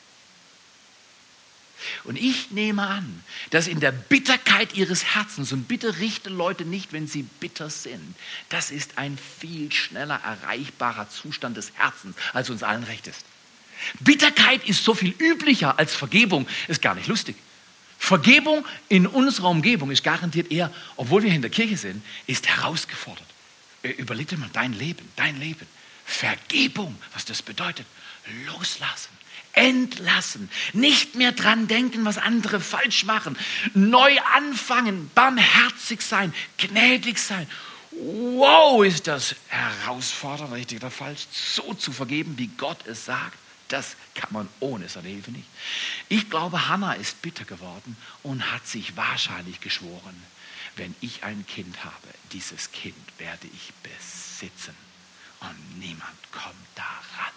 Und ich nehme an, dass in der Bitterkeit ihres Herzens, und bitte richte Leute nicht, wenn sie bitter sind, das ist ein viel schneller erreichbarer Zustand des Herzens, als uns allen recht ist. Bitterkeit ist so viel üblicher als Vergebung, ist gar nicht lustig. Vergebung in unserer Umgebung ist garantiert eher, obwohl wir in der Kirche sind, ist herausgefordert. Überleg dir mal dein Leben, dein Leben. Vergebung, was das bedeutet. Loslassen, entlassen, nicht mehr dran denken, was andere falsch machen. Neu anfangen, barmherzig sein, gnädig sein. Wow, ist das herausfordernd, richtig oder falsch, so zu vergeben, wie Gott es sagt. Das kann man ohne seine Hilfe nicht. Ich glaube, Hannah ist bitter geworden und hat sich wahrscheinlich geschworen, wenn ich ein Kind habe, dieses Kind werde ich besitzen und niemand kommt daran.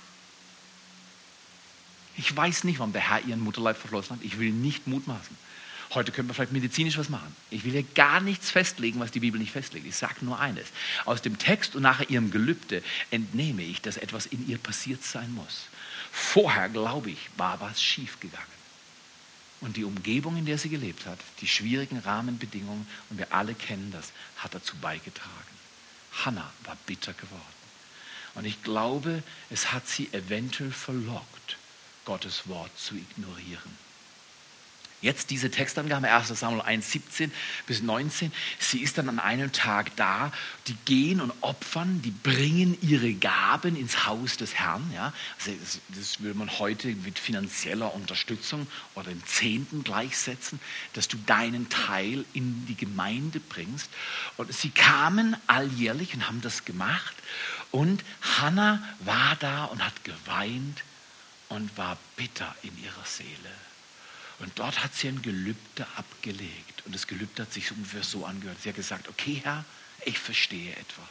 Ich weiß nicht, warum der Herr ihren Mutterleib verschlossen hat. Ich will nicht mutmaßen. Heute können wir vielleicht medizinisch was machen. Ich will hier gar nichts festlegen, was die Bibel nicht festlegt. Ich sage nur eines. Aus dem Text und nachher ihrem Gelübde entnehme ich, dass etwas in ihr passiert sein muss. Vorher, glaube ich, war was schiefgegangen. Und die Umgebung, in der sie gelebt hat, die schwierigen Rahmenbedingungen, und wir alle kennen das, hat dazu beigetragen. Hannah war bitter geworden. Und ich glaube, es hat sie eventuell verlockt, Gottes Wort zu ignorieren. Jetzt diese Textangabe, erster Samuel eins, siebzehn bis neunzehn. Sie ist dann an einem Tag da, die gehen und opfern, die bringen ihre Gaben ins Haus des Herrn. Ja? Also das, das würde man heute mit finanzieller Unterstützung oder dem Zehnten gleichsetzen, dass du deinen Teil in die Gemeinde bringst. Und sie kamen alljährlich und haben das gemacht. Und Hannah war da und hat geweint und war bitter in ihrer Seele. Und dort hat sie ein Gelübde abgelegt. Und das Gelübde hat sich ungefähr so angehört. Sie hat gesagt, okay Herr, ich verstehe etwas.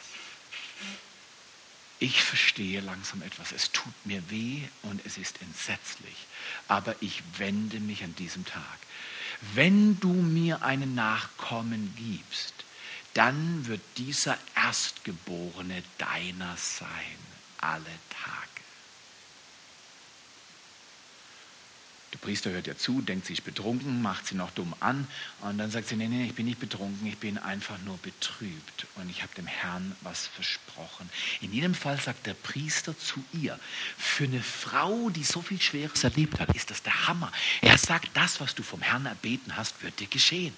Ich verstehe langsam etwas. Es tut mir weh und es ist entsetzlich. Aber ich wende mich an diesem Tag. Wenn du mir einen Nachkommen gibst, dann wird dieser Erstgeborene deiner sein, alle Tage. Der Priester hört ihr zu, denkt, sie ist betrunken, macht sie noch dumm an und dann sagt sie, nee, nee, ich bin nicht betrunken, ich bin einfach nur betrübt und ich habe dem Herrn was versprochen. In jedem Fall sagt der Priester zu ihr, für eine Frau, die so viel Schweres erlebt hat, ist das der Hammer. Er sagt, das, was du vom Herrn erbeten hast, wird dir geschehen.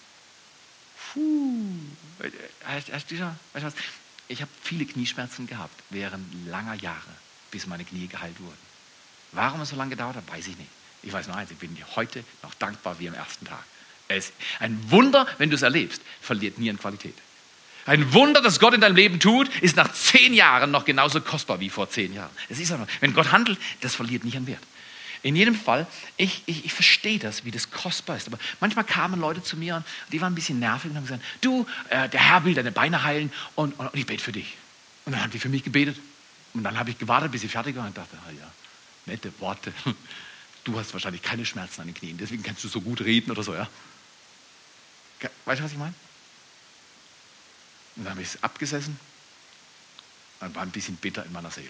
Puh, weißt, weißt du was? Ich habe viele Knieschmerzen gehabt während langer Jahre, bis meine Knie geheilt wurden. Warum es so lange gedauert hat, weiß ich nicht. Ich weiß nur eins, ich bin dir heute noch dankbar wie am ersten Tag. Es ist ein Wunder, wenn du es erlebst, verliert nie an Qualität. Ein Wunder, das Gott in deinem Leben tut, ist nach zehn Jahren noch genauso kostbar wie vor zehn Jahren. Es ist einfach, wenn Gott handelt, das verliert nicht an Wert. In jedem Fall, ich, ich, ich verstehe das, wie das kostbar ist. Aber manchmal kamen Leute zu mir und die waren ein bisschen nervig und haben gesagt, du, äh, der Herr will deine Beine heilen und, und, und ich bete für dich. Und dann haben die für mich gebetet. Und dann habe ich gewartet, bis sie fertig waren und dachte, ah ja, nette Worte. Du hast wahrscheinlich keine Schmerzen an den Knien, deswegen kannst du so gut reden oder so, ja? Weißt du, was ich meine? Und dann habe ich es abgesessen und war ein bisschen bitter in meiner Seele.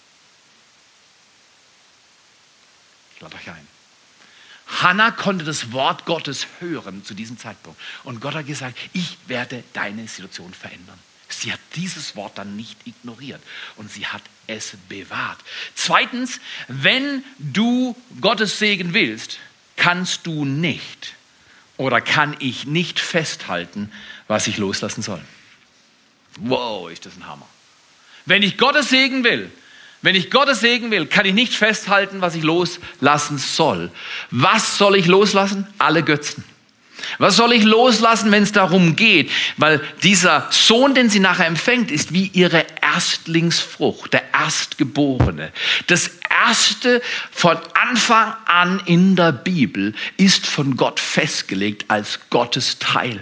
Ich lade euch ein. Hannah konnte das Wort Gottes hören zu diesem Zeitpunkt. Und Gott hat gesagt, ich werde deine Situation verändern. Sie hat dieses Wort dann nicht ignoriert und sie hat es bewahrt. Zweitens, wenn du Gottes Segen willst, kannst du nicht oder kann ich nicht festhalten, was ich loslassen soll. Wow, ist das ein Hammer. Wenn ich Gottes Segen will, wenn ich Gottes Segen will, kann ich nicht festhalten, was ich loslassen soll. Was soll ich loslassen? Alle Götzen. Was soll ich loslassen, wenn es darum geht? Weil dieser Sohn, den sie nachher empfängt, ist wie ihre Erstlingsfrucht, der Erstgeborene. Das Erste von Anfang an in der Bibel ist von Gott festgelegt als Gottes Teil.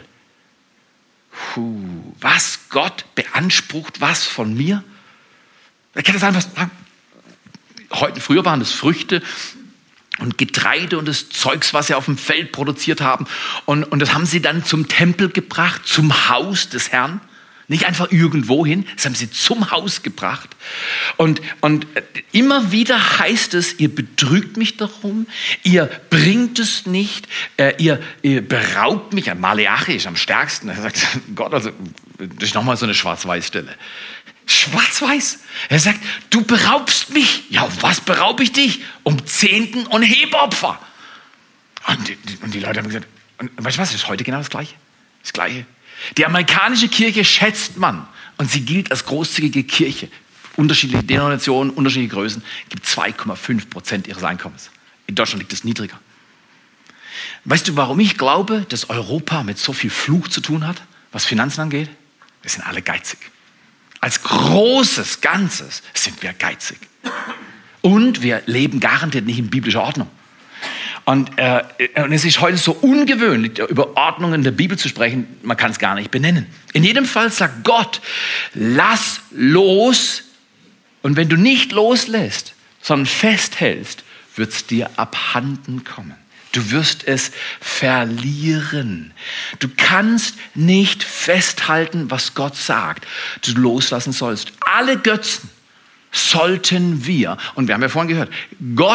Puh, was Gott beansprucht, was von mir? Wer kennt das einfach sagen? Heute, früher waren es Früchte und Getreide und das Zeugs, was sie auf dem Feld produziert haben. Und, und das haben sie dann zum Tempel gebracht, zum Haus des Herrn. Nicht einfach irgendwo hin, das haben sie zum Haus gebracht. Und, und immer wieder heißt es, ihr betrügt mich darum, ihr bringt es nicht, äh, ihr, ihr beraubt mich. Maleachi ist am stärksten. Er sagt, Gott, also, das ist nochmal so eine Schwarz-Weiß-Stelle. Schwarz-Weiß. Er sagt, du beraubst mich. Ja, um was beraube ich dich? Um Zehnten und Hebopfer. Und die, und die Leute haben gesagt, und weißt du was, das ist heute genau das Gleiche. Das Gleiche. Die amerikanische Kirche schätzt man und sie gilt als großzügige Kirche. Unterschiedliche Denominationen, unterschiedliche Größen, gibt zwei Komma fünf Prozent ihres Einkommens. In Deutschland liegt es niedriger. Weißt du, warum ich glaube, dass Europa mit so viel Fluch zu tun hat, was Finanzen angeht? Wir sind alle geizig. Als großes Ganzes sind wir geizig. Und wir leben garantiert nicht in biblischer Ordnung. Und, äh, und es ist heute so ungewöhnlich, über Ordnungen in der Bibel zu sprechen, man kann es gar nicht benennen. In jedem Fall sagt Gott, lass los. Und wenn du nicht loslässt, sondern festhältst, wird es dir abhanden kommen. Du wirst es verlieren. Du kannst nicht festhalten, was Gott sagt, du loslassen sollst. Alle Götzen sollten wir, und wir haben ja vorhin gehört, Gott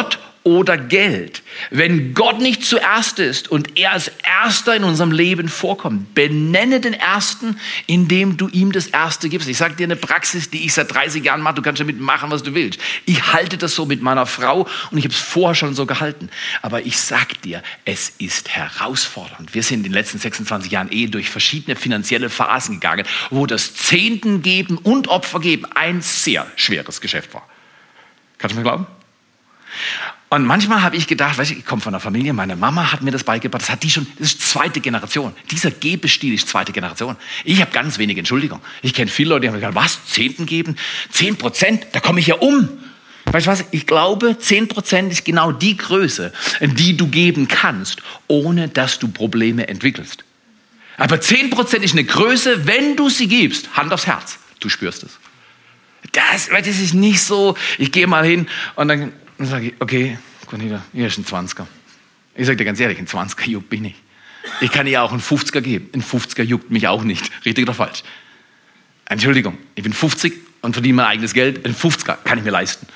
oder Geld. Wenn Gott nicht zuerst ist und er als Erster in unserem Leben vorkommt, benenne den Ersten, indem du ihm das Erste gibst. Ich sage dir eine Praxis, die ich seit dreißig Jahren mache. Du kannst damit machen, was du willst. Ich halte das so mit meiner Frau und ich habe es vorher schon so gehalten. Aber ich sage dir, es ist herausfordernd. Wir sind in den letzten sechsundzwanzig Jahren Ehe durch verschiedene finanzielle Phasen gegangen, wo das Zehnten geben und Opfer geben ein sehr schweres Geschäft war. Kannst du mir glauben? Und manchmal habe ich gedacht, weißt du, ich komme von einer Familie, meine Mama hat mir das beigebracht, das hat die schon, das ist zweite Generation. Dieser Gebestil ist zweite Generation. Ich habe ganz wenig Entschuldigung. Ich kenne viele Leute, die haben gesagt, was, Zehnten geben? Zehn Prozent, da komme ich ja um. Weißt du was, ich glaube, zehn Prozent ist genau die Größe, die du geben kannst, ohne dass du Probleme entwickelst. Aber zehn Prozent ist eine Größe, wenn du sie gibst, Hand aufs Herz, du spürst es. Das, das ist nicht so, ich gehe mal hin und dann... Dann sage ich, okay, Cornelia, hier ist ein Zwanziger. Ich sage dir ganz ehrlich, ein Zwanziger juckt mich nicht. Ich kann ihr auch einen Fünfziger geben. Ein Fünfziger juckt mich auch nicht. Richtig oder falsch? Entschuldigung, ich bin fünfzig und verdiene mein eigenes Geld. Ein Fünfziger kann ich mir leisten.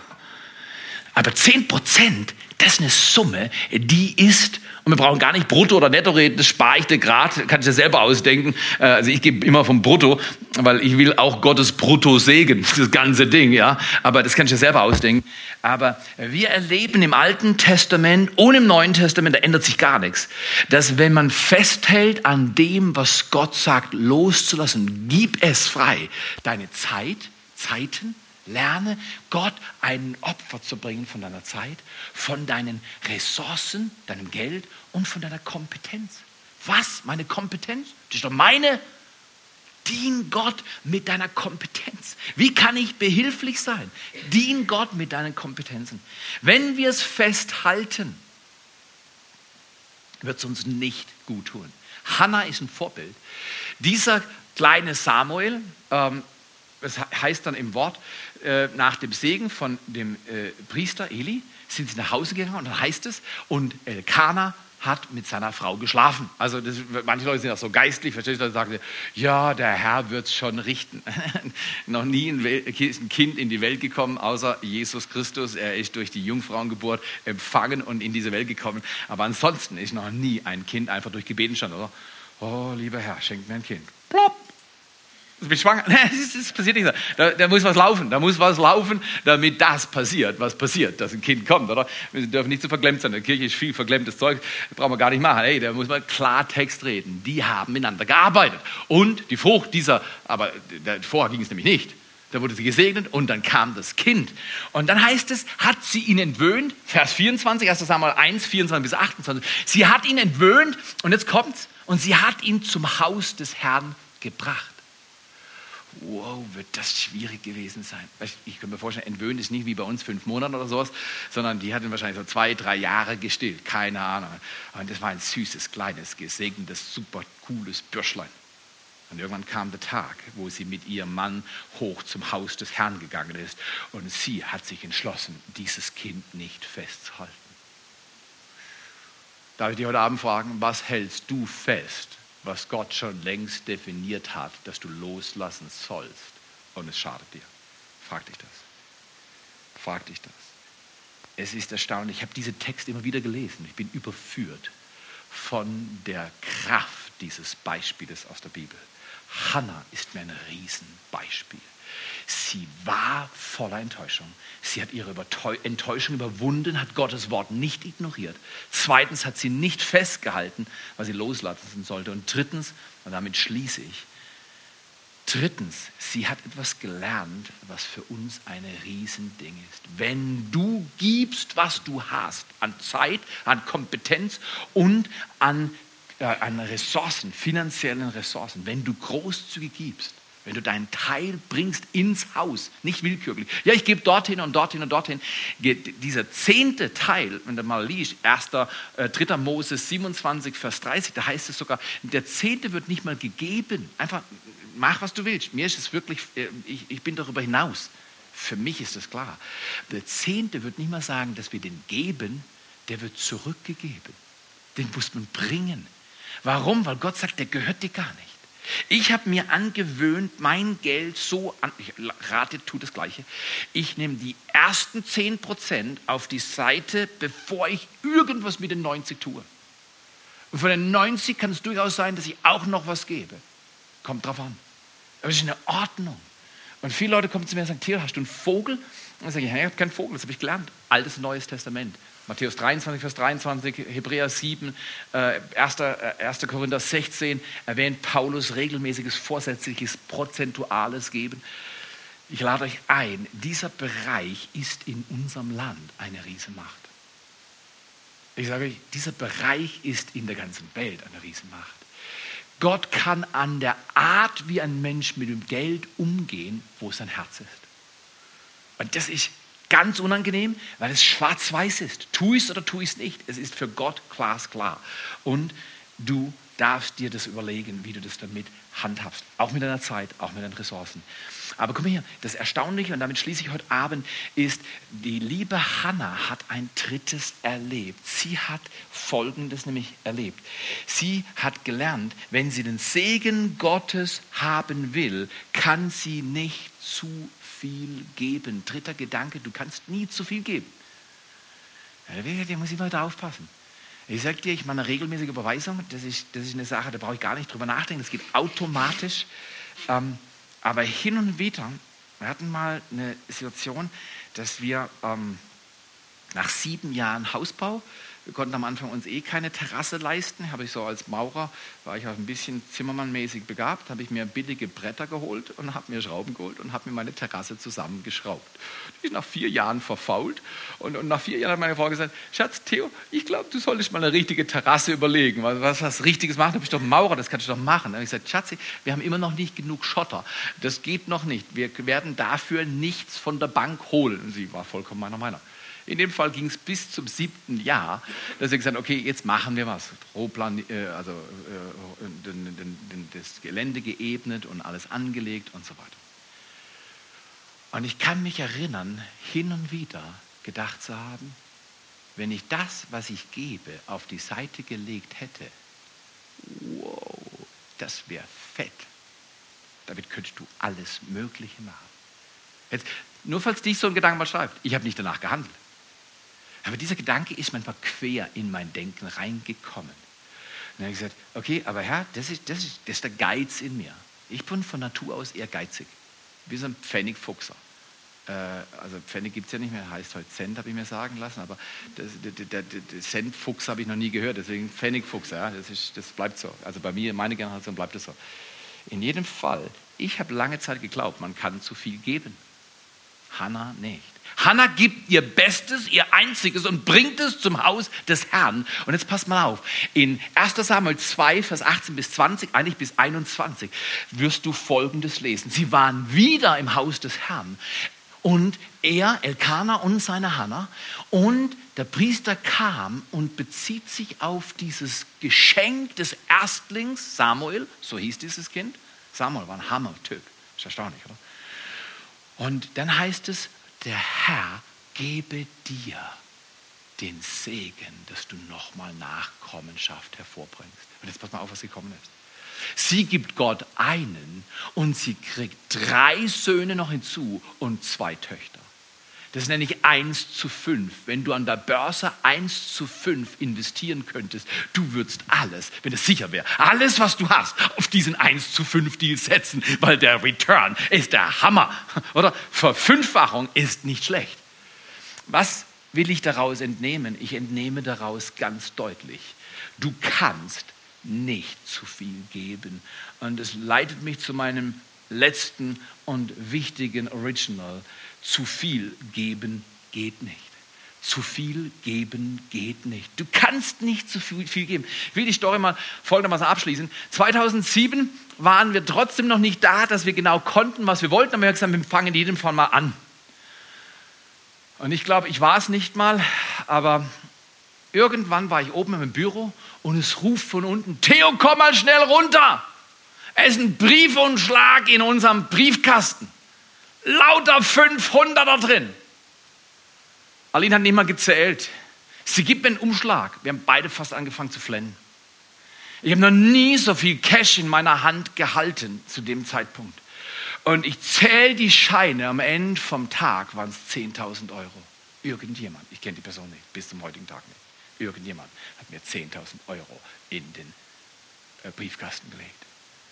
Aber zehn Prozent, das ist eine Summe, die ist, und wir brauchen gar nicht Brutto oder Netto reden, das spare ich dir gerade, kannst du dir selber ausdenken. Also ich gebe immer vom Brutto, weil ich will auch Gottes Brutto segnen, das ganze Ding, ja. Aber das kannst du dir selber ausdenken. Aber wir erleben im Alten Testament und im Neuen Testament, da ändert sich gar nichts, dass wenn man festhält an dem, was Gott sagt, loszulassen, gib es frei, deine Zeit, Zeiten, lerne Gott ein Opfer zu bringen von deiner Zeit, von deinen Ressourcen, deinem Geld und von deiner Kompetenz. Was? Meine Kompetenz? Das ist doch meine. Dien Gott mit deiner Kompetenz. Wie kann ich behilflich sein? Dien Gott mit deinen Kompetenzen. Wenn wir es festhalten, wird es uns nicht gut tun. Hannah ist ein Vorbild. Dieser kleine Samuel, ähm, das heißt dann im Wort, äh, nach dem Segen von dem äh, Priester Eli, sind sie nach Hause gegangen und dann heißt es, und Elkana hat mit seiner Frau geschlafen. Also das, manche Leute sind auch so geistlich, verstehst du, da sagen sie, ja, der Herr wird es schon richten. Noch nie ein, Wel- ein Kind in die Welt gekommen, außer Jesus Christus. Er ist durch die Jungfrauengeburt empfangen und in diese Welt gekommen. Aber ansonsten ist noch nie ein Kind einfach durch Gebet entstanden, oder? Oh, lieber Herr, schenk mir ein Kind. Plopp. Ich bin schwanger. Das, das passiert nicht so. Da, da muss was laufen. Da muss was laufen, damit das passiert, was passiert, dass ein Kind kommt, oder? Wir dürfen nicht zu verklemmt sein. In der Kirche ist viel verklemmtes Zeug. Das brauchen wir gar nicht machen. Hey, da muss man Klartext reden. Die haben miteinander gearbeitet. Und die Frucht dieser, aber vorher ging es nämlich nicht. Da wurde sie gesegnet und dann kam das Kind. Und dann heißt es, hat sie ihn entwöhnt, Vers vierundzwanzig, erster Samuel eins, vierundzwanzig bis achtundzwanzig. Sie hat ihn entwöhnt und jetzt kommt's. Und sie hat ihn zum Haus des Herrn gebracht. Wow, wird das schwierig gewesen sein. Ich kann mir vorstellen, entwöhnt ist nicht wie bei uns fünf Monate oder sowas, sondern die hatten wahrscheinlich so zwei, drei Jahre gestillt, keine Ahnung. Und das war ein süßes, kleines, gesegnetes, super cooles Bürschlein. Und irgendwann kam der Tag, wo sie mit ihrem Mann hoch zum Haus des Herrn gegangen ist und sie hat sich entschlossen, dieses Kind nicht festzuhalten. Darf ich dich heute Abend fragen, was hältst du fest, was Gott schon längst definiert hat, dass du loslassen sollst und es schadet dir? Frag dich das. Frag dich das. Es ist erstaunlich, ich habe diese Texte immer wieder gelesen. Ich bin überführt von der Kraft dieses Beispiels aus der Bibel. Hannah ist mir ein Riesenbeispiel. Sie war voller Enttäuschung. Sie hat ihre Enttäuschung überwunden, hat Gottes Wort nicht ignoriert. Zweitens hat sie nicht festgehalten, was sie loslassen sollte. Und drittens, und damit schließe ich, drittens, sie hat etwas gelernt, was für uns ein Riesending ist. Wenn du gibst, was du hast, an Zeit, an Kompetenz und an, äh, an Ressourcen, finanziellen Ressourcen, wenn du großzügig gibst, wenn du deinen Teil bringst ins Haus, nicht willkürlich. Ja, ich gebe dorthin und dorthin und dorthin. Dieser zehnte Teil, wenn du mal liest, erster, äh, dritter Mose siebenundzwanzig, Vers dreißig, da heißt es sogar, der zehnte wird nicht mal gegeben. Einfach, mach, was du willst. Mir ist es wirklich, äh, ich, ich bin darüber hinaus. Für mich ist das klar. Der zehnte wird nicht mal sagen, dass wir den geben, der wird zurückgegeben. Den muss man bringen. Warum? Weil Gott sagt, der gehört dir gar nicht. Ich habe mir angewöhnt, mein Geld so, an, ich rate, tut das Gleiche, ich nehme die ersten zehn Prozent auf die Seite, bevor ich irgendwas mit den neunzig tue. Und von den neunzig kann es durchaus sein, dass ich auch noch was gebe. Kommt drauf an. Aber es ist eine Ordnung. Und viele Leute kommen zu mir und sagen, Theo, hast du einen Vogel? Und dann sage ich, ich habe keinen Vogel, das habe ich gelernt. Altes, Neues Testament. Matthäus dreiundzwanzig, Vers dreiundzwanzig, Hebräer sieben, äh, erster Korinther sechzehn erwähnt Paulus regelmäßiges, vorsätzliches, prozentuales Geben. Ich lade euch ein, dieser Bereich ist in unserem Land eine Riesenmacht. Ich sage euch, dieser Bereich ist in der ganzen Welt eine Riesenmacht. Gott kann an der Art, wie ein Mensch mit dem Geld umgehen, wo sein Herz ist. Und das ist ganz unangenehm, weil es schwarz-weiß ist. Tu es oder tu es nicht. Es ist für Gott glasklar. Und du darfst dir das überlegen, wie du das damit handhabst. Auch mit deiner Zeit, auch mit deinen Ressourcen. Aber komm her, das Erstaunliche, und damit schließe ich heute Abend, ist, die liebe Hannah hat ein drittes erlebt. Sie hat Folgendes nämlich erlebt. Sie hat gelernt, wenn sie den Segen Gottes haben will, kann sie nicht zu viel geben. Dritter Gedanke, du kannst nie zu viel geben. Da muss ich weiter aufpassen. Ich sage dir, ich mache eine regelmäßige Überweisung. Das ist, das ist eine Sache, da brauche ich gar nicht drüber nachdenken. Das geht automatisch. Ähm, aber hin und wieder, wir hatten mal eine Situation, dass wir ähm, nach sieben Jahren Hausbau, wir konnten am Anfang uns eh keine Terrasse leisten, habe ich so als Maurer, war ich auch ein bisschen zimmermannmäßig begabt, habe ich mir billige Bretter geholt und habe mir Schrauben geholt und habe mir meine Terrasse zusammengeschraubt. Die ist nach vier Jahren verfault und, und nach vier Jahren hat meine Frau gesagt, Schatz, Theo, ich glaube, du solltest mal eine richtige Terrasse überlegen. Was, was, was Richtiges machen, da bist du doch Maurer, das kannst du doch machen. Da habe ich gesagt, Schatzi, wir haben immer noch nicht genug Schotter. Das geht noch nicht. Wir werden dafür nichts von der Bank holen. Und sie war vollkommen meiner Meinung. In dem Fall ging es bis zum siebten Jahr, dass wir gesagt haben, okay, jetzt machen wir was. Rohplan, äh, also äh, den, den, den, das Gelände geebnet und alles angelegt und so weiter. Und ich kann mich erinnern, hin und wieder gedacht zu haben, wenn ich das, was ich gebe, auf die Seite gelegt hätte, wow, das wäre fett. Damit könntest du alles Mögliche machen. Jetzt, nur falls dich so ein Gedanke mal schreibt, ich habe nicht danach gehandelt. Aber dieser Gedanke ist manchmal quer in mein Denken reingekommen. Und dann habe ich gesagt, okay, aber Herr, das ist, das ist, das ist der Geiz in mir. Ich bin von Natur aus eher geizig. Wie so ein Pfennigfuchser. Äh, also Pfennig gibt es ja nicht mehr, heißt heute Cent, habe ich mir sagen lassen. Aber das, der, der, der Centfuchs habe ich noch nie gehört, deswegen Pfennigfuchs. Ja, das, ist, das bleibt so. Also bei mir, meine Generation bleibt es so. In jedem Fall, ich habe lange Zeit geglaubt, man kann zu viel geben. Hannah nicht. Hannah gibt ihr Bestes, ihr Einziges und bringt es zum Haus des Herrn. Und jetzt passt mal auf, in erster Samuel zwei, Vers achtzehn bis zwanzig, eigentlich bis einundzwanzig, wirst du Folgendes lesen. Sie waren wieder im Haus des Herrn und er, Elkana und seine Hannah, und der Priester kam und bezieht sich auf dieses Geschenk des Erstlings, Samuel, so hieß dieses Kind. Samuel war ein Hammer-Typ, ist erstaunlich, oder? Und dann heißt es, der Herr gebe dir den Segen, dass du nochmal Nachkommenschaft hervorbringst. Und jetzt pass mal auf, was gekommen ist. Sie gibt Gott einen und sie kriegt drei Söhne noch hinzu und zwei Töchter. Das nenne ich eins zu fünf. Wenn du an der Börse eins zu fünf investieren könntest, du würdest alles, wenn es sicher wäre, alles, was du hast, auf diesen eins zu fünf Deal setzen, weil der Return ist der Hammer. Oder Verfünffachung ist nicht schlecht. Was will ich daraus entnehmen? Ich entnehme daraus ganz deutlich, du kannst nicht zu viel geben. Und es leitet mich zu meinem letzten und wichtigen Original. Zu viel geben geht nicht. Zu viel geben geht nicht. Du kannst nicht zu viel, viel geben. Ich will die Story mal folgendermaßen abschließen. zweitausendsieben waren wir trotzdem noch nicht da, dass wir genau konnten, was wir wollten. Aber wir haben gesagt, wir fangen in jedem Fall mal an. Und ich glaube, ich war es nicht mal, aber irgendwann war ich oben im Büro und es ruft von unten, Theo, komm mal schnell runter. Es ist ein Briefumschlag in unserem Briefkasten. Lauter fünfhunderter drin. Aline hat nicht mal gezählt. Sie gibt mir einen Umschlag. Wir haben beide fast angefangen zu flennen. Ich habe noch nie so viel Cash in meiner Hand gehalten zu dem Zeitpunkt. Und ich zähle die Scheine, am Ende vom Tag waren es zehntausend Euro. Irgendjemand, ich kenne die Person nicht, bis zum heutigen Tag nicht. Irgendjemand hat mir zehntausend Euro in den äh, Briefkasten gelegt.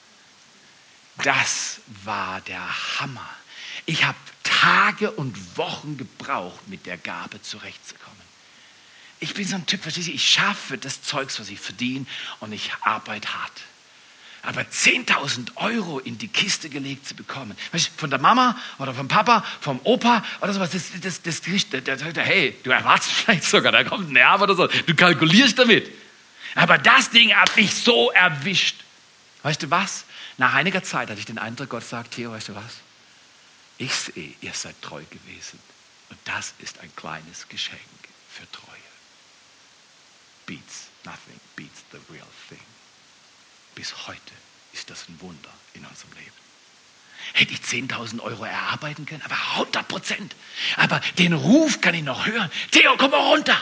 Das war der Hammer. Ich habe Tage und Wochen gebraucht, mit der Gabe zurechtzukommen. Ich bin so ein Typ, verstehst du, ich schaffe das Zeugs, was ich verdiene und ich arbeite hart. Aber zehntausend Euro in die Kiste gelegt zu bekommen, weißt du, von der Mama oder vom Papa, vom Opa oder sowas, das, das, das, das, das, das, hey, du erwartest vielleicht sogar, da kommt ein Nerv oder so, du kalkulierst damit. Aber das Ding hat mich so erwischt. Weißt du was? Nach einiger Zeit hatte ich den Eindruck, Gott sagt, Theo, weißt du was? Ich sehe, ihr seid treu gewesen. Und das ist ein kleines Geschenk für Treue. Beats nothing, beats the real thing. Bis heute ist das ein Wunder in unserem Leben. Hätte ich zehntausend Euro erarbeiten können, aber hundert Prozent. Aber den Ruf kann ich noch hören. Theo, komm mal runter.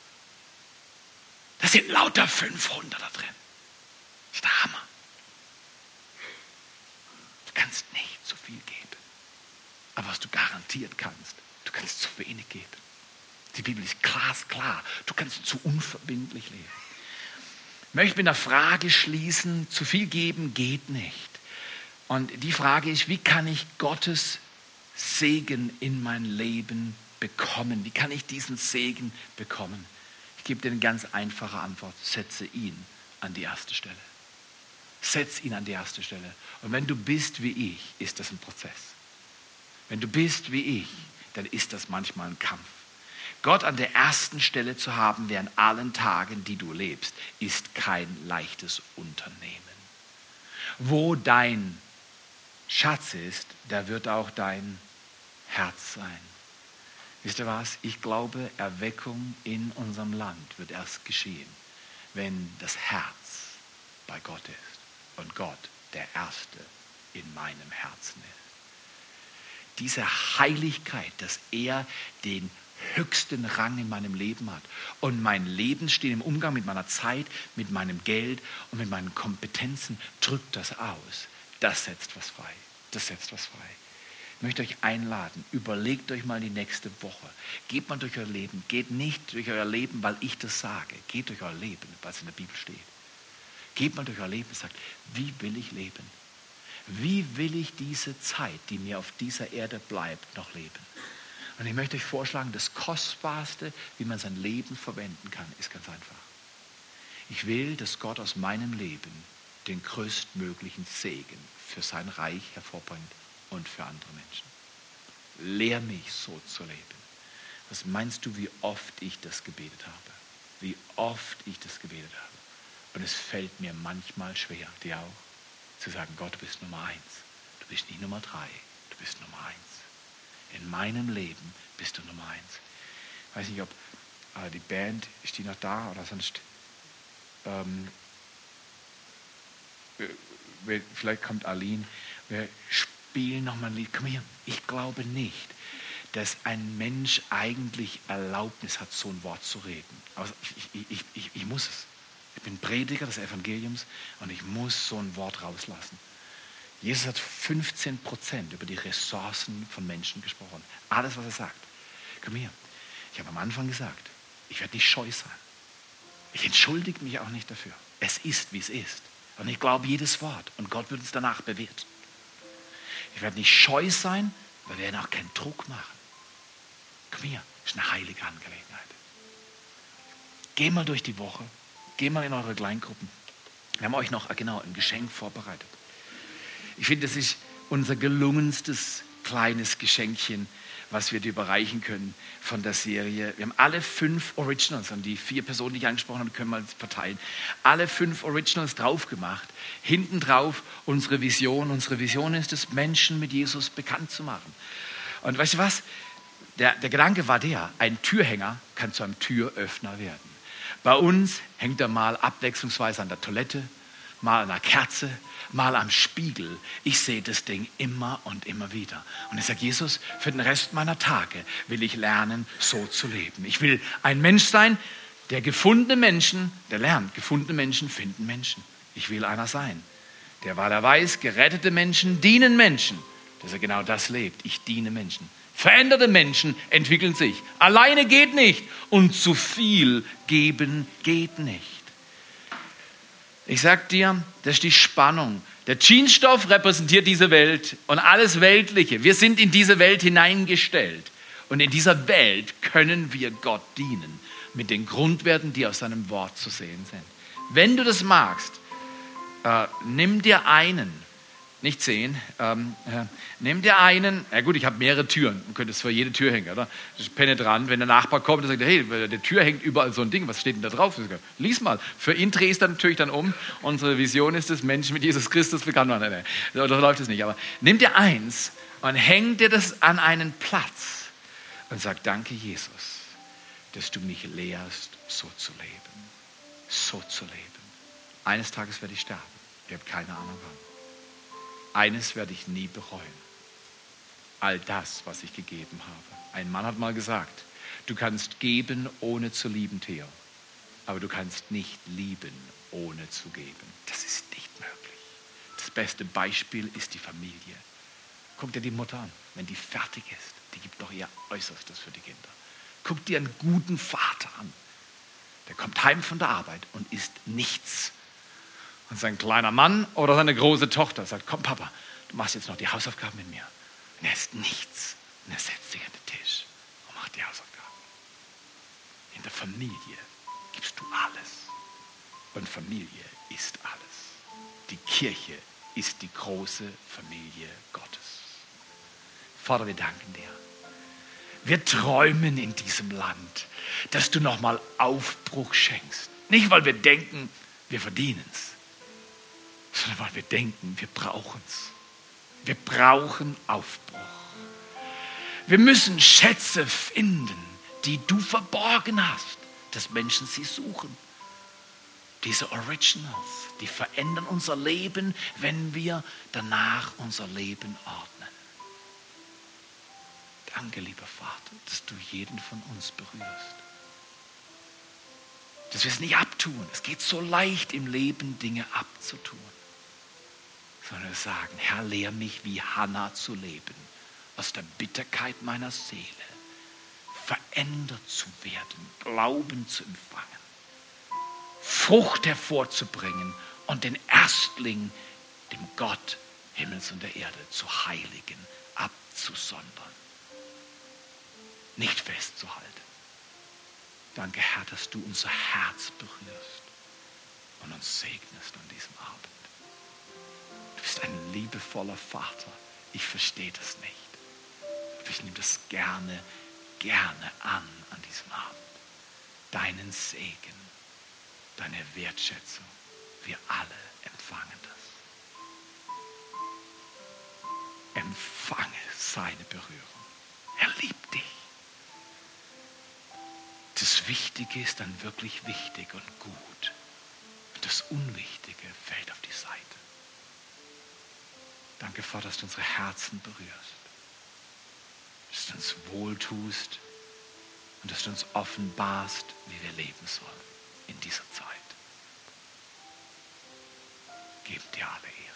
Da sind lauter fünfhundert da drin. Das ist der Hammer. Du kannst nicht zu viel geben. Aber was du garantiert kannst, du kannst zu wenig geben. Die Bibel ist glasklar. Du kannst zu unverbindlich leben. Ich möchte mit einer Frage schließen, zu viel geben geht nicht. Und die Frage ist, wie kann ich Gottes Segen in mein Leben bekommen? Wie kann ich diesen Segen bekommen? Ich gebe dir eine ganz einfache Antwort. Setze ihn an die erste Stelle. Setz ihn an die erste Stelle. Und wenn du bist wie ich, ist das ein Prozess. Wenn du bist wie ich, dann ist das manchmal ein Kampf. Gott an der ersten Stelle zu haben während allen Tagen, die du lebst, ist kein leichtes Unternehmen. Wo dein Schatz ist, da wird auch dein Herz sein. Wisst ihr was? Ich glaube, Erweckung in unserem Land wird erst geschehen, wenn das Herz bei Gott ist und Gott der Erste in meinem Herzen ist. Diese Heiligkeit, dass er den höchsten Rang in meinem Leben hat und mein Lebensstil im Umgang mit meiner Zeit, mit meinem Geld und mit meinen Kompetenzen drückt das aus. Das setzt was frei. Das setzt was frei. Ich möchte euch einladen, überlegt euch mal die nächste Woche. Geht mal durch euer Leben. Geht nicht durch euer Leben, weil ich das sage. Geht durch euer Leben, weil es in der Bibel steht. Geht mal durch euer Leben und sagt, wie will ich leben? Wie will ich diese Zeit, die mir auf dieser Erde bleibt, noch leben? Und ich möchte euch vorschlagen, das Kostbarste, wie man sein Leben verwenden kann, ist ganz einfach. Ich will, dass Gott aus meinem Leben den größtmöglichen Segen für sein Reich hervorbringt und für andere Menschen. Lehr mich so zu leben. Was meinst du, wie oft ich das gebetet habe? Wie oft ich das gebetet habe. Und es fällt mir manchmal schwer, dir auch, zu sagen, Gott, du bist Nummer eins. Du bist nicht Nummer drei, du bist Nummer eins. In meinem Leben bist du Nummer eins. Ich weiß nicht, ob äh, die Band, ist die noch da oder sonst, ähm, vielleicht kommt Aline, wir spielen nochmal ein Lied. Komm hier, ich glaube nicht, dass ein Mensch eigentlich Erlaubnis hat, so ein Wort zu reden. Aber ich, ich, ich, ich muss es. Ich bin Prediger des Evangeliums und ich muss so ein Wort rauslassen. Jesus hat fünfzehn Prozent über die Ressourcen von Menschen gesprochen. Alles, was er sagt. Komm her. Ich habe am Anfang gesagt, ich werde nicht scheu sein. Ich entschuldige mich auch nicht dafür. Es ist, wie es ist. Und ich glaube jedes Wort. Und Gott wird uns danach bewerten. Ich werde nicht scheu sein, weil wir werden auch keinen Druck machen. Komm her. Das ist eine heilige Angelegenheit. Geh mal durch die Woche. Geh mal in eure Kleingruppen. Wir haben euch noch genau ein Geschenk vorbereitet. Ich finde, das ist unser gelungenstes kleines Geschenkchen, was wir dir überreichen können von der Serie. Wir haben alle fünf Originals, und die vier Personen, die ich angesprochen habe, können wir verteilen. Alle fünf Originals drauf gemacht. Hinten drauf unsere Vision. Unsere Vision ist es, Menschen mit Jesus bekannt zu machen. Und weißt du was? Der, der Gedanke war der, ein Türhänger kann zu einem Türöffner werden. Bei uns hängt er mal abwechslungsweise an der Toilette, mal an der Kerze, mal am Spiegel. Ich sehe das Ding immer und immer wieder. Und ich sage, Jesus, für den Rest meiner Tage will ich lernen, so zu leben. Ich will ein Mensch sein, Der gefundene Menschen, der lernt, gefundene Menschen finden Menschen. Ich will einer sein. Der, weil er weiß, gerettete Menschen dienen Menschen, dass er genau das lebt. Ich diene Menschen. Veränderte Menschen entwickeln sich. Alleine geht nicht und zu viel geben geht nicht. Ich sag dir, das ist die Spannung. Der Jeansstoff repräsentiert diese Welt und alles Weltliche. Wir sind in diese Welt hineingestellt. Und in dieser Welt können wir Gott dienen mit den Grundwerten, die aus seinem Wort zu sehen sind. Wenn du das magst, äh, nimm dir einen, nicht zehn, ähm, äh, nimm dir einen, ja gut, ich habe mehrere Türen, du könntest vor jede Tür hängen, oder? Das ist penetrant, wenn der Nachbar kommt und sagt, hey, der Tür hängt überall so ein Ding, was steht denn da drauf? Lies mal. Für ihn dreh ich es dann natürlich dann um. Unsere Vision ist es, Menschen mit Jesus Christus bekannt machen. Nein, nein, so läuft es nicht. Aber nimm dir eins und häng dir das an einen Platz und sag, danke Jesus, dass du mich lehrst, so zu leben. So zu leben. Eines Tages werde ich sterben. Ich habe keine Ahnung wann. Eines werde ich nie bereuen. All das, was ich gegeben habe. Ein Mann hat mal gesagt, du kannst geben, ohne zu lieben, Theo. Aber du kannst nicht lieben, ohne zu geben. Das ist nicht möglich. Das beste Beispiel ist die Familie. Guck dir die Mutter an, wenn die fertig ist. Die gibt doch ihr Äußerstes für die Kinder. Guck dir einen guten Vater an. Der kommt heim von der Arbeit und isst nichts. Und sein kleiner Mann oder seine große Tochter sagt, komm Papa, du machst jetzt noch die Hausaufgaben mit mir. Und er isst nichts. Und er setzt sich an den Tisch und macht die Hausaufgaben. In der Familie gibst du alles. Und Familie ist alles. Die Kirche ist die große Familie Gottes. Vater, wir danken dir. Wir träumen in diesem Land, dass du nochmal Aufbruch schenkst. Nicht, weil wir denken, wir verdienen es, sondern weil wir denken, wir brauchen es. Wir brauchen Aufbruch. Wir müssen Schätze finden, die du verborgen hast, dass Menschen sie suchen. Diese Originals, die verändern unser Leben, wenn wir danach unser Leben ordnen. Danke, lieber Vater, dass du jeden von uns berührst. Dass wir es nicht abtun. Es geht so leicht im Leben, Dinge abzutun. Sondern wir sagen, Herr, lehr mich, wie Hannah zu leben. Aus der Bitterkeit meiner Seele verändert zu werden, Glauben zu empfangen, Frucht hervorzubringen und den Erstling, dem Gott Himmels und der Erde, zu heiligen, abzusondern. Nicht festzuhalten. Danke, Herr, dass du unser Herz berührst und uns segnest an diesem Abend. Du bist ein liebevoller Vater. Ich verstehe das nicht. Aber ich nehme das gerne, gerne an an diesem Abend. Deinen Segen, deine Wertschätzung. Wir alle empfangen das. Empfange seine Berührung. Er liebt dich. Das Wichtige ist dann wirklich wichtig und gut. Und das Unwichtige fällt auf die Seite. Danke, Vater, dass du unsere Herzen berührst. Dass du uns wohltust und dass du uns offenbarst, wie wir leben sollen in dieser Zeit. Gib dir alle Ehre.